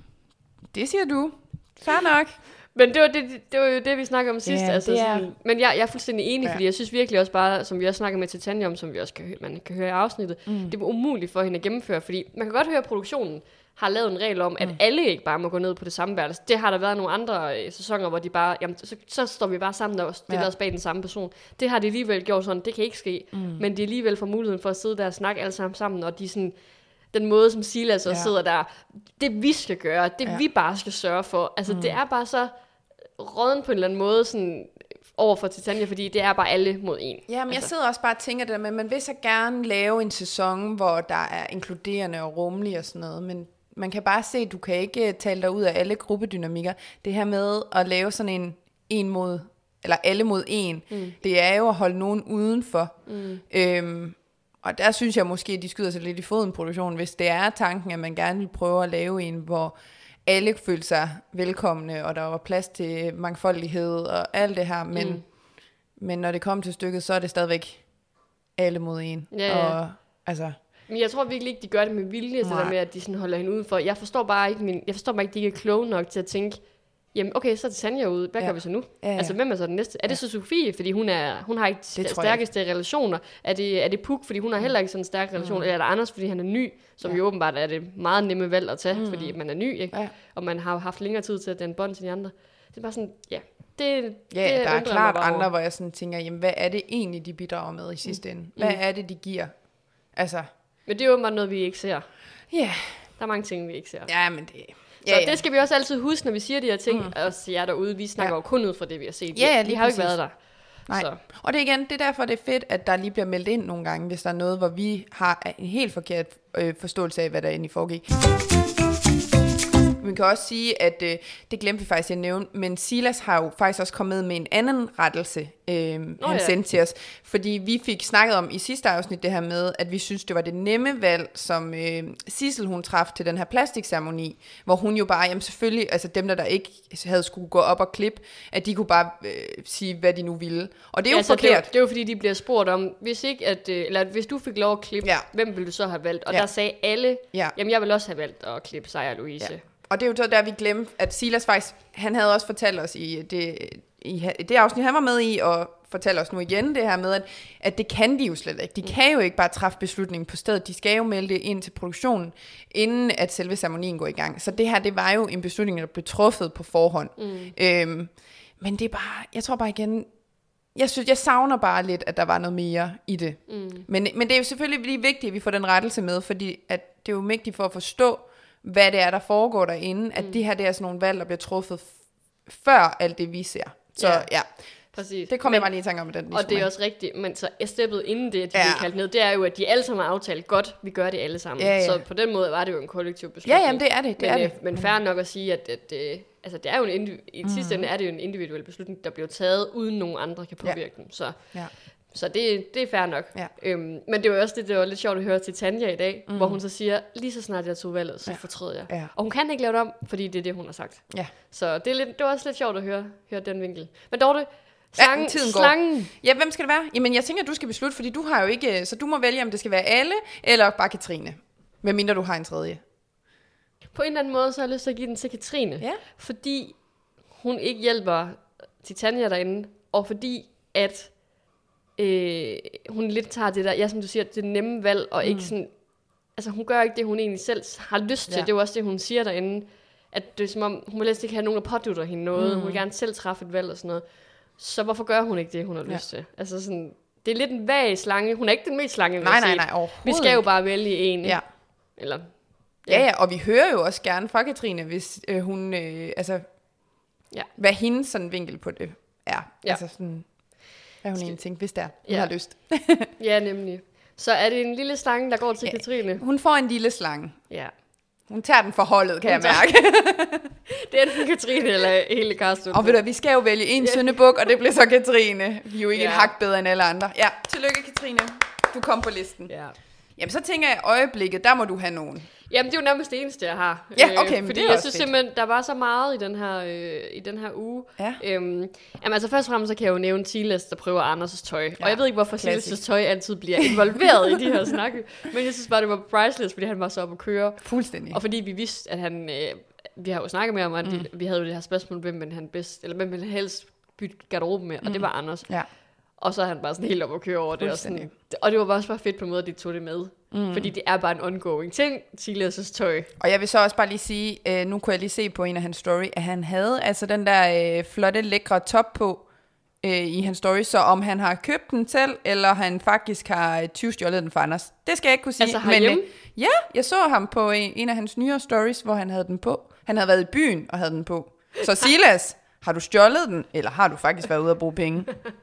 det siger du. Fair nok. Men det var, det, det var jo det, vi snakkede om sidst. Ja, altså, det er... sådan, men jeg, jeg er fuldstændig enig, ja. fordi jeg synes virkelig også bare, som vi også snakker med Titania om, som vi også kan, man kan høre i afsnittet, mm. det var umuligt for hende at gennemføre, fordi man kan godt høre, at produktionen har lavet en regel om, at mm. alle ikke bare må gå ned på det samme værelse. Det har der været nogle andre øh, sæsoner, hvor de bare, jamen, så, så står vi bare sammen og stiller ja. os bag den samme person. Det har de alligevel gjort sådan, det kan ikke ske. Mm. Men de alligevel får muligheden for at sidde der og snakke alle sammen sammen, og de sådan, den måde, som Silas også ja. sidder der, det vi skal gøre, det ja. vi bare skal sørge for. Altså, mm. det er bare så råden på en eller anden måde, sådan over for Titania, fordi det er bare alle mod en. Ja, men altså. Jeg sidder også bare og tænker det, men man vil så gerne lave en sæson, hvor der er inkluderende og rummelig og sådan noget, men man kan bare se, at du kan ikke tale dig ud af alle gruppedynamikker. Det her med at lave sådan en en mod, eller alle mod en, mm. det er jo at holde nogen udenfor. Mm. Øhm, og der synes jeg måske, at de skyder sig lidt i foden produktionen, hvis det er tanken, at man gerne vil prøve at lave en, hvor alle følte sig velkomne, og der var plads til mangfoldighed og alt det her, men, mm. men når det kommer til stykket, så er det stadigvæk alle mod en. Ja, ja. Og, altså, men jeg tror virkelig ikke, de gør det med vilje, så der med, at de sådan holder hende udenfor. Jeg forstår bare ikke, min, jeg forstår bare ikke, de ikke er kloge nok til at tænke, jamen okay, så er det Tanja ude, hvad ja. gør vi så nu? Ja, ja. Altså, hvem er så den næste? Er det så Sofie, fordi hun, er, hun har ikke de stærkeste relationer? Er det, er det Puk, fordi hun har heller ikke sådan en stærk relation? Mm. Eller er det Anders, fordi han er ny, som ja. jo åbenbart er det meget nemme valg at tage, mm. fordi man er ny, ikke? Ja. Og man har haft længere tid til at danne bånd til de andre. Det er bare sådan, ja, det, ja, det der er klart andre, hvor jeg sådan tænker, jamen hvad er det egentlig, de bidrager med i sidste mm. ende? Hvad mm. er det, de giver? Altså... Men det er jo bare noget, vi ikke ser. Ja. Yeah. Der er mange ting, vi ikke ser. Ja, men det... Så ja, ja. det skal vi også altid huske, når vi siger de her ting. Mm. Også jer derude, vi snakker ja. jo kun ud fra det, vi har set. Ja, ja, vi har jo ikke været der. Nej. Så. Og det er igen, det er derfor, det er fedt, at der lige bliver meldt ind nogle gange, hvis der er noget, hvor vi har en helt forkert øh, forståelse af, hvad der egentlig foregik. Man kan også sige, at øh, det glemte vi faktisk at nævne, men Silas har jo faktisk også kommet med en anden rettelse, øh, oh, han ja. sendte til os. Fordi vi fik snakket om i sidste afsnit det her med, at vi synes, det var det nemme valg, som øh, Sissel hun traf til den her plastikceremoni, hvor hun jo bare, jamen selvfølgelig, altså dem der, der ikke havde skulle gå op og klippe, at de kunne bare øh, sige, hvad de nu ville. Og det er jo altså, forkert. Det er jo fordi, de bliver spurgt om, hvis ikke at, øh, eller hvis du fik lov at klippe, ja. hvem ville du så have valgt? Og ja. der sagde alle, ja. jamen jeg vil også have valgt at klippe Sejer og Louise. Ja. Og det er jo så der, vi glemte, at Silas faktisk, han havde også fortalt os i det, i det afsnit, han var med i, og fortæller os nu igen det her med, at, at det kan de jo slet ikke. De mm. kan jo ikke bare træffe beslutningen på stedet. De skal jo melde det ind til produktionen, inden at selve ceremonien går i gang. Så det her, det var jo en beslutning, der blev truffet på forhånd. Mm. Øhm, men det er bare, jeg tror bare igen, jeg synes, jeg savner bare lidt, at der var noget mere i det. Mm. Men, men det er jo selvfølgelig lige vigtigt, at vi får den rettelse med, fordi at det er jo vigtigt for at forstå, hvad det er, der foregår derinde, at mm. det her, det er sådan nogle valg, der bliver truffet f- før alt det, vi ser. Så ja, ja. Præcis. Det kommer jeg bare lige i tanke om. Den og det er også rigtigt, men så er steppet inden det, at de ja. bliver kaldt ned, det er jo, at de alle sammen har aftalt godt, vi gør det alle sammen. Ja, ja. Så på den måde var det jo en kollektiv beslutning. Ja, jamen det er det. det, men, er det. Men fair nok at sige, at, at, at altså, det er jo en indiv- i mm. sidste ende er det jo en individuel beslutning, der bliver taget, uden nogen andre kan påvirke ja. dem. Så ja. Så det, det er fair nok. Ja. Øhm, men det var også det, det var lidt sjovt at høre til Tanja i dag, mm. hvor hun så siger, lige så snart jeg tog valget, så ja. fortrød jeg. Ja. Og hun kan ikke lave det om, fordi det er det, hun har sagt. Ja. Så det er, lidt, det var også lidt sjovt at høre, høre den vinkel. Men Dorte, slang, ja, tiden slangen. Går. Ja, hvem skal det være? Jamen, jeg tænker, at du skal beslutte, fordi du har jo ikke, så du må vælge, om det skal være alle, eller bare Katrine. Medmindre du har en tredje. På en eller anden måde, så har jeg lyst til at give den til Katrine. Ja. Fordi hun ikke hjælper Titania derinde, og fordi at Øh, hun lidt tager det der, ja, som du siger, det nemme valg, og mm. ikke sådan, altså hun gør ikke det, hun egentlig selv har lyst til. Ja. Det er jo også det, hun siger derinde, at det er som om, hun vil helst ikke have nogen, der pådutter hende noget. Mm. Hun vil gerne selv træffe et valg og sådan noget. Så hvorfor gør hun ikke det, hun har ja. lyst til? Altså sådan, det er lidt en vag slange. Hun er ikke den mest slange, nej, nej, nej, overhovedet. Vi skal jo bare vælge en. Ja. Eller, ja. ja, ja, og vi hører jo også gerne fra Katrine, hvis øh, hun, øh, altså, ja. hvad hendes sådan vinkel på det er. Ja. Altså sådan... Hvad hun egentlig tænkte, hvis der hun ja. har lyst. Ja, nemlig. Så er det en lille slange, der går til ja. Katrine? Hun får en lille slange. Ja. Hun tager den for holdet, kan hun jeg mærke. Det er enten Katrine eller hele Karsten. Og ved du, vi skal jo vælge en ja. syndebuk, og det bliver så Katrine. Vi er jo ikke ja. et hak bedre end alle andre. Ja, tillykke Katrine. Du kom på listen. Ja. Jamen, så tænker jeg, øjeblikket, der må du have nogen. Jamen, det er jo nærmest det eneste, jeg har. Ja, okay, men fordi det er jeg også synes fedt. simpelthen, der var så meget i den her, øh, i den her uge. Ja. Øhm, jamen, altså først og fremmest, så kan jeg jo nævne Silas, der prøver Anders' tøj. Ja, og jeg ved ikke, hvorfor Silas' tøj altid bliver involveret i de her snakke. Men jeg synes bare, det var priceless, fordi han var så oppe at køre. Fuldstændig. Og fordi vi vidste, at han... Øh, vi har jo snakket med ham, at mm. vi havde jo det her spørgsmål, hvem vil han bedst, eller hvem vil han helst bytte garderoben med, og mm. det var Anders. Ja. Og så er han bare sådan helt oppe at køre over det. Og, sådan, og det var bare også bare fedt på en måde, at de tog det med. Mm. Fordi det er bare en ongoing ting, Silas' tøj. Og jeg vil så også bare lige sige, øh, nu kunne jeg lige se på en af hans story, at han havde altså den der øh, flotte, lækre top på øh, i hans story, så om han har købt den selv, eller han faktisk har tyvstjålet den for Anders. Det skal jeg ikke kunne sige. Altså herhjemme? Men, øh, ja, jeg så ham på en, en af hans nyere stories, hvor han havde den på. Han havde været i byen og havde den på. Så Silas, har du stjålet den, eller har du faktisk været ude at bruge penge?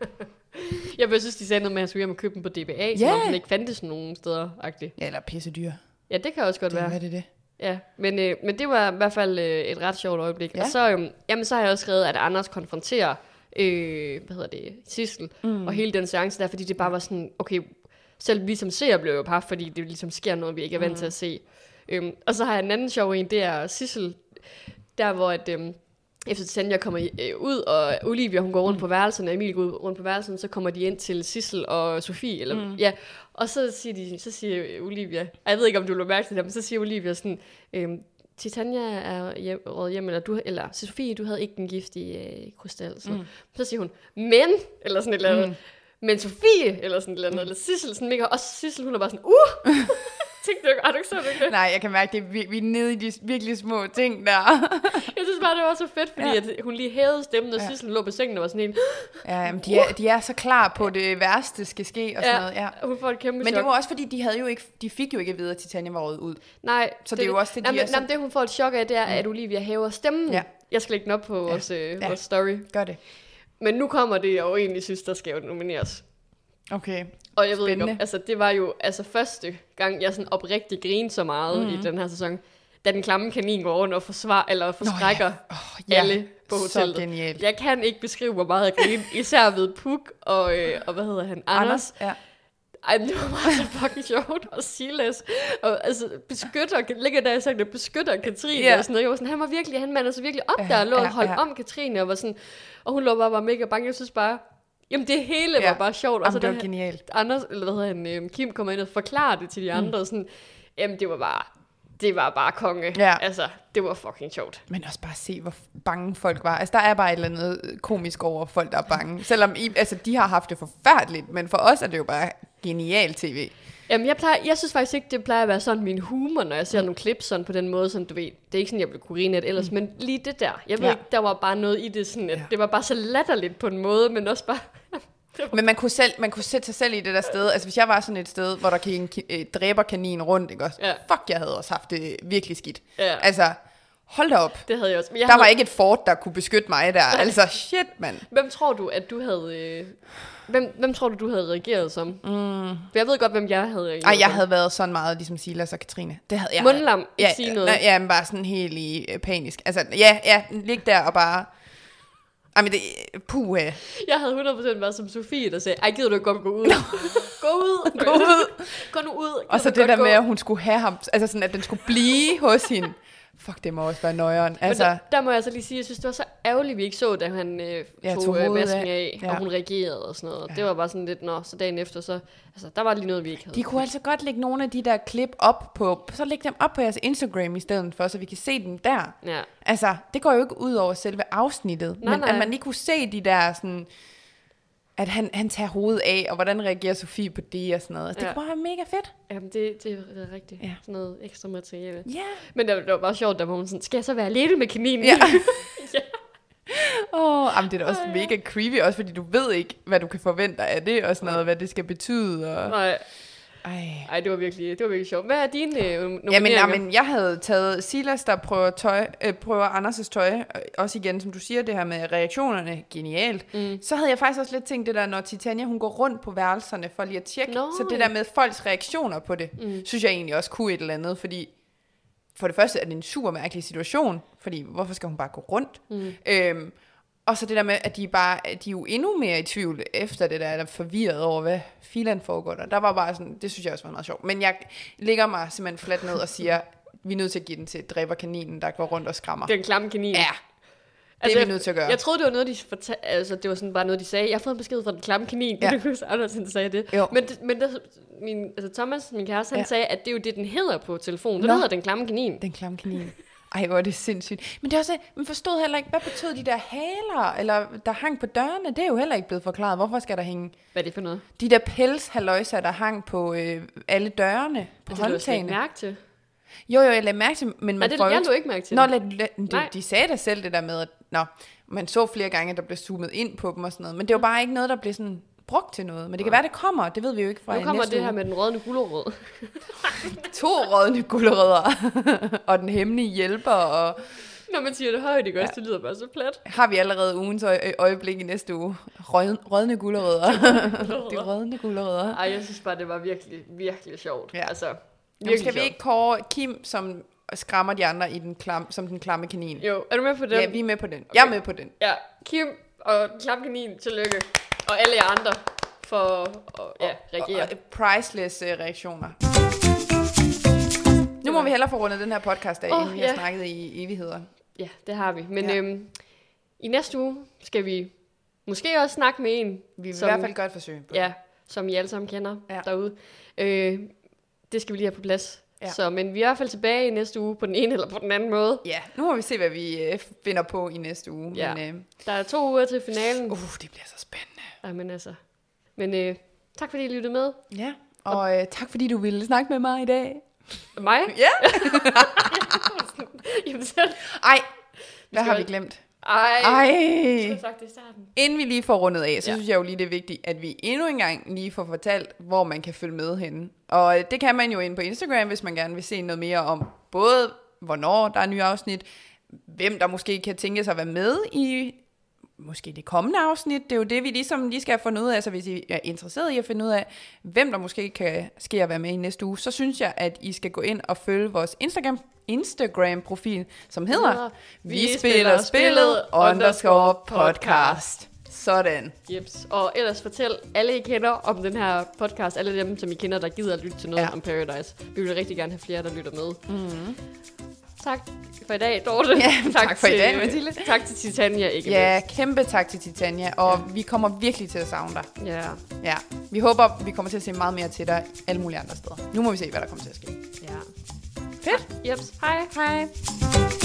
Jeg vil synes, de sagde noget med, at han skulle hjem og købe den på D B A, Ja. som om den ikke fandtes nogen steder. -agtigt. Ja, eller pissedyr. Ja, det kan også godt Det være. er det, det. Ja, men, øh, men det var i hvert fald øh, et ret sjovt øjeblik. Ja. Og så, øh, jamen, så har jeg også skrevet, at Anders konfronterer, øh, hvad hedder det, Sissel, mm. og hele den seance der, fordi det bare var sådan, okay, selv vi som seere blev jo paf, fordi det ligesom sker noget, vi ikke er vant mm. til at se. Øhm, og så har jeg en anden sjov en, det er Sissel, der hvor at... Øh, efter Tanja kommer øh, ud, og Olivia, hun går rundt mm. på værelserne, og Emil går rundt på værelserne, så kommer de ind til Sissel og Sofie, eller, mm. ja, og så siger, de, så siger Olivia, og jeg ved ikke, om du lå mærke til det, men så siger Olivia sådan, øhm, Titania er hjem, råd hjem, eller, du, eller Sofie, du havde ikke den giftige øh, krystal. Så. Mm. så siger hun, men, eller sådan et eller andet, mm. men Sofie, eller sådan et eller andet, mm. eller Sissel, sådan mega, og Sissel, hun er bare sådan, uh! Tænkte du, har du ikke så det? Nej, jeg kan mærke, at vi, vi er nede i de virkelig små ting der. Jeg synes bare, det var så fedt, fordi ja. at hun lige hævede stemmen, og ja. Sissel lå på sengen og var sådan en... Ja, jamen, de, er, de er så klar på, det værste skal ske og sådan ja, noget. Ja, hun får et kæmpe Men chok. det var også fordi, de, havde jo ikke, de fik jo ikke at vide, at Titania var røget ud. Nej. Så det, det er jo også det, de jamen, er så... jamen, det hun får et chok af, det er, at Olivia hæver stemmen. Ja. Jeg skal lægge den op på ja. vores, øh, ja. vores story. Gør det. Men nu kommer det, jeg jo egentlig synes, der skal jo nomineres. Okay. Og jeg ved ikke om, altså det var jo altså første gang, jeg sådan oprigtigt grinede så meget mm. i den her sæson, da den klamme kanin går rundt og forsvar, eller forskrækker Nå, ja. Oh, ja. alle på hotellet. Så genialt. Jeg kan ikke beskrive, hvor meget jeg grinede, især ved Puk og, øh, og hvad hedder han, Anders. Anders ja. Ej, det var meget så fucking sjovt, og Silas, og altså beskytter, ligger der i sengen, beskytter Katrine, yeah. og sådan noget. Jeg var sådan, han var virkelig, han mandede sig virkelig op ja, der, og lå og ja, holdt ja. om Katrine, og var sådan, og hun lå bare, bare mega bange. Jeg synes bare, jamen det hele ja. var bare sjovt. Og så det var genialt. Anders, eller hvad hedder han, Kim kommer ind og forklarer det til de andre, mm. og sådan, jamen det var bare, det var bare konge. Ja. Altså, det var fucking sjovt. Men også bare se, hvor bange folk var. Altså, der er bare et eller andet komisk over folk, der er bange. Selvom I, altså, de har haft det forfærdeligt, men for os er det jo bare genial tv. Jamen, jeg, plejer, jeg synes faktisk ikke, det plejer at være sådan min humor, når jeg ser mm. nogle klip sådan på den måde, sådan du ved, det er ikke sådan, jeg ville kunne grine af det ellers, mm. men lige det der, jeg ved ja. ikke, der var bare noget i det, sådan at ja. det var bare så latterligt på en måde, men også bare... Men man kunne, selv, man kunne sætte sig selv i det der sted. Altså hvis jeg var sådan et sted, hvor der gik en øh, dræberkanin rundt, ikke også? Ja. Fuck, jeg havde også haft det virkelig skidt. Ja. Altså, hold da op. Det havde jeg også. Men jeg der havde... var ikke et fort, der kunne beskytte mig der. Altså, shit, mand. Hvem tror du, at du havde... Øh... Hvem, hvem tror du, du havde reageret som? Mm. For jeg ved godt, hvem jeg havde reageret Ej, jeg som. havde været sådan meget ligesom Silas og Katrine. Det havde jeg. Mundlam, ikke ja, sige noget. Ja, men bare sådan helt i øh, panisk. Altså, ja, ja, lig der og bare... Ej, men det... Puh. Jeg havde hundrede procent været som Sofie, der sagde, ej, gider du ikke godt gå ud? gå ud! Gå ud! Gå nu ud! Og så det der gå. med, at hun skulle have ham... Altså sådan, at den skulle blive hos hende. Fuck, det må også være nøjeren. Altså, der, der må jeg så lige sige, jeg synes, det var så ærgerligt, vi ikke så, da han øh, ja, tog, tog øh, vasken af, ja. og hun reagerede og sådan noget. Ja. Det var bare sådan lidt, nå, så dagen efter, så altså, der var lige noget, vi ikke havde. De kunne altså godt lægge nogle af de der klip op på, så lægge dem op på jeres Instagram i stedet for, så vi kan se dem der. Ja. Altså, det går jo ikke ud over selve afsnittet, nej, men nej. at man lige kunne se de der sådan... At han, han tager hovedet af, og hvordan reagerer Sofie på det og sådan noget. Altså, det ja. kunne bare være mega fedt. Jamen, det, det er rigtigt. Ja. Sådan noget ekstra materiale. Ja. Men det var, det var bare sjovt, da var hun sådan, skal jeg så være alene med kaninen? Ja. ja. Åh, oh, det er da også oh, ja. mega creepy, også fordi du ved ikke, hvad du kan forvente af det, og sådan noget, hvad det skal betyde. Og... Nej. Ej. Ej, det var virkelig, det var virkelig sjovt. Hvad er dine øh, nomineringer? Jamen, jamen, jeg havde taget Silas, der prøver, tøj, øh, prøver Anders' tøj, også igen, som du siger, det her med reaktionerne, genialt. Mm. Så havde jeg faktisk også lidt tænkt det der, når Titania, hun går rundt på værelserne for lige at tjekke. Nå, så det der med folks reaktioner på det, mm. synes jeg egentlig også kunne et eller andet, fordi for det første er det en super mærkelig situation, fordi hvorfor skal hun bare gå rundt? Mm. Øhm, Og så det der med, at de bare, at de er jo endnu mere i tvivl efter det der, eller forvirret over, hvad filan foregår der. Der var bare sådan, det synes jeg også var meget sjovt. Men jeg lægger mig simpelthen fladt ned og siger, vi er nødt til at give den til dræberkaninen, der går rundt og skræmmer. Den klamme kanin. Ja, det altså, er vi nødt til at gøre. Jeg troede, det var noget, de fortalte, altså det var sådan bare noget, de sagde. Jeg har fået en besked fra den klamme kanin, ja. Det kunne Andersen sagde det. Jo. Men, det, men det, min, altså Thomas, min kæreste, han ja. sagde, at det er jo det, den hedder på telefonen. Den Nå. hedder den klamme kanin. Den klamme kanin. Ej, hvor er det sindssygt. Men det er også, man forstod heller ikke, hvad betød de der haler, eller der hang på dørene, det er jo heller ikke blevet forklaret. Hvorfor skal der hænge? Hvad er det for noget? De der pelshalløjser, der hang på øh, alle dørene, på håndtagene. Det lagde mærke til. Jo, jo, jeg lagde mærke til, men man det, får jo ikke... ikke mærke til. Nå, lad, lad, de, de sagde da selv det der med, at nå, man så flere gange, at der blev zoomet ind på dem og sådan noget, men det var bare ikke noget, der blev sådan brugt til noget. Men det kan være, det kommer, det ved vi jo ikke fra nu kommer det uge. her med den rådne gulerod. To rådne gulerødder, og den hemmelige hjælper, og... Når man siger det højt, det gør, ja. Det lyder bare så plat. Har vi allerede ugens øje- øjeblik i næste uge? Rød, rødne gulerødder. De rødne gulerødder. Ej, jeg synes bare, det var virkelig, virkelig sjovt. Ja. Altså, Jamen, skal vi ikke kåre Kim, som skræmmer de andre i den klam, som den klamme kanin? Jo, er du med på den? Ja, vi er med på den. Okay. Jeg er med på den. Ja, Kim og den klamme kanin, tillykke. Og alle jer andre for at ja, reagere. Og, og priceless uh, reaktioner. Nu må vi hellere få rundet den her podcast af, oh, inden vi ja. har snakket i evigheder. Ja, det har vi. Men ja. øhm, i næste uge skal vi måske også snakke med en. Vi vil som, i hvert fald gøre et forsøg på ja, som I alle sammen kender ja. derude. Øh, det skal vi lige have på plads. Ja. Så, men vi er i hvert fald tilbage i næste uge på den ene eller på den anden måde. Ja, nu må vi se, hvad vi øh, finder på i næste uge. Ja. Men, øh, der er to uger til finalen. Uh, det bliver så spændende. Ej, men altså. Men øh, tak fordi I lyttede med. Ja, og øh, tak fordi du ville snakke med mig i dag. Mig? Ja. Jamen selv. Ej, hvad har vi glemt? Ej, Ej. jeg skulle sagt det i starten. Inden vi lige får rundet af, så ja. synes jeg jo lige, det er vigtigt, at vi endnu en gang lige får fortalt, hvor man kan følge med henne. Og det kan man jo inde på Instagram, hvis man gerne vil se noget mere om både, hvornår der er nye afsnit, hvem der måske kan tænke sig at være med i måske det kommende afsnit. Det er jo det, vi ligesom lige skal have fundet ud af. Så hvis I er interesseret i at finde ud af, hvem der måske kan ske at være med i næste uge, så synes jeg, at I skal gå ind og følge vores Instagram Instagram-profil, som hedder Vi, vi spiller spillet underscore podcast. Sådan. Jeps. Og ellers fortæl alle, I kender om den her podcast, alle dem, som I kender, der gider at lytte til noget ja. om Paradise. Vi vil rigtig gerne have flere, der lytter med. Mm-hmm. Tak for i dag, Dorte. Ja, tak, tak for til, i dag, Mathilde. Tak til Titania, ikke Ja, mindst. Kæmpe tak til Titania, og ja. vi kommer virkelig til at savne dig. Ja. Ja. Vi håber, vi kommer til at se meget mere til dig alle mulige andre steder. Nu må vi se, hvad der kommer til at ske. Ja. Fedt. Jeps. Hej. Hej.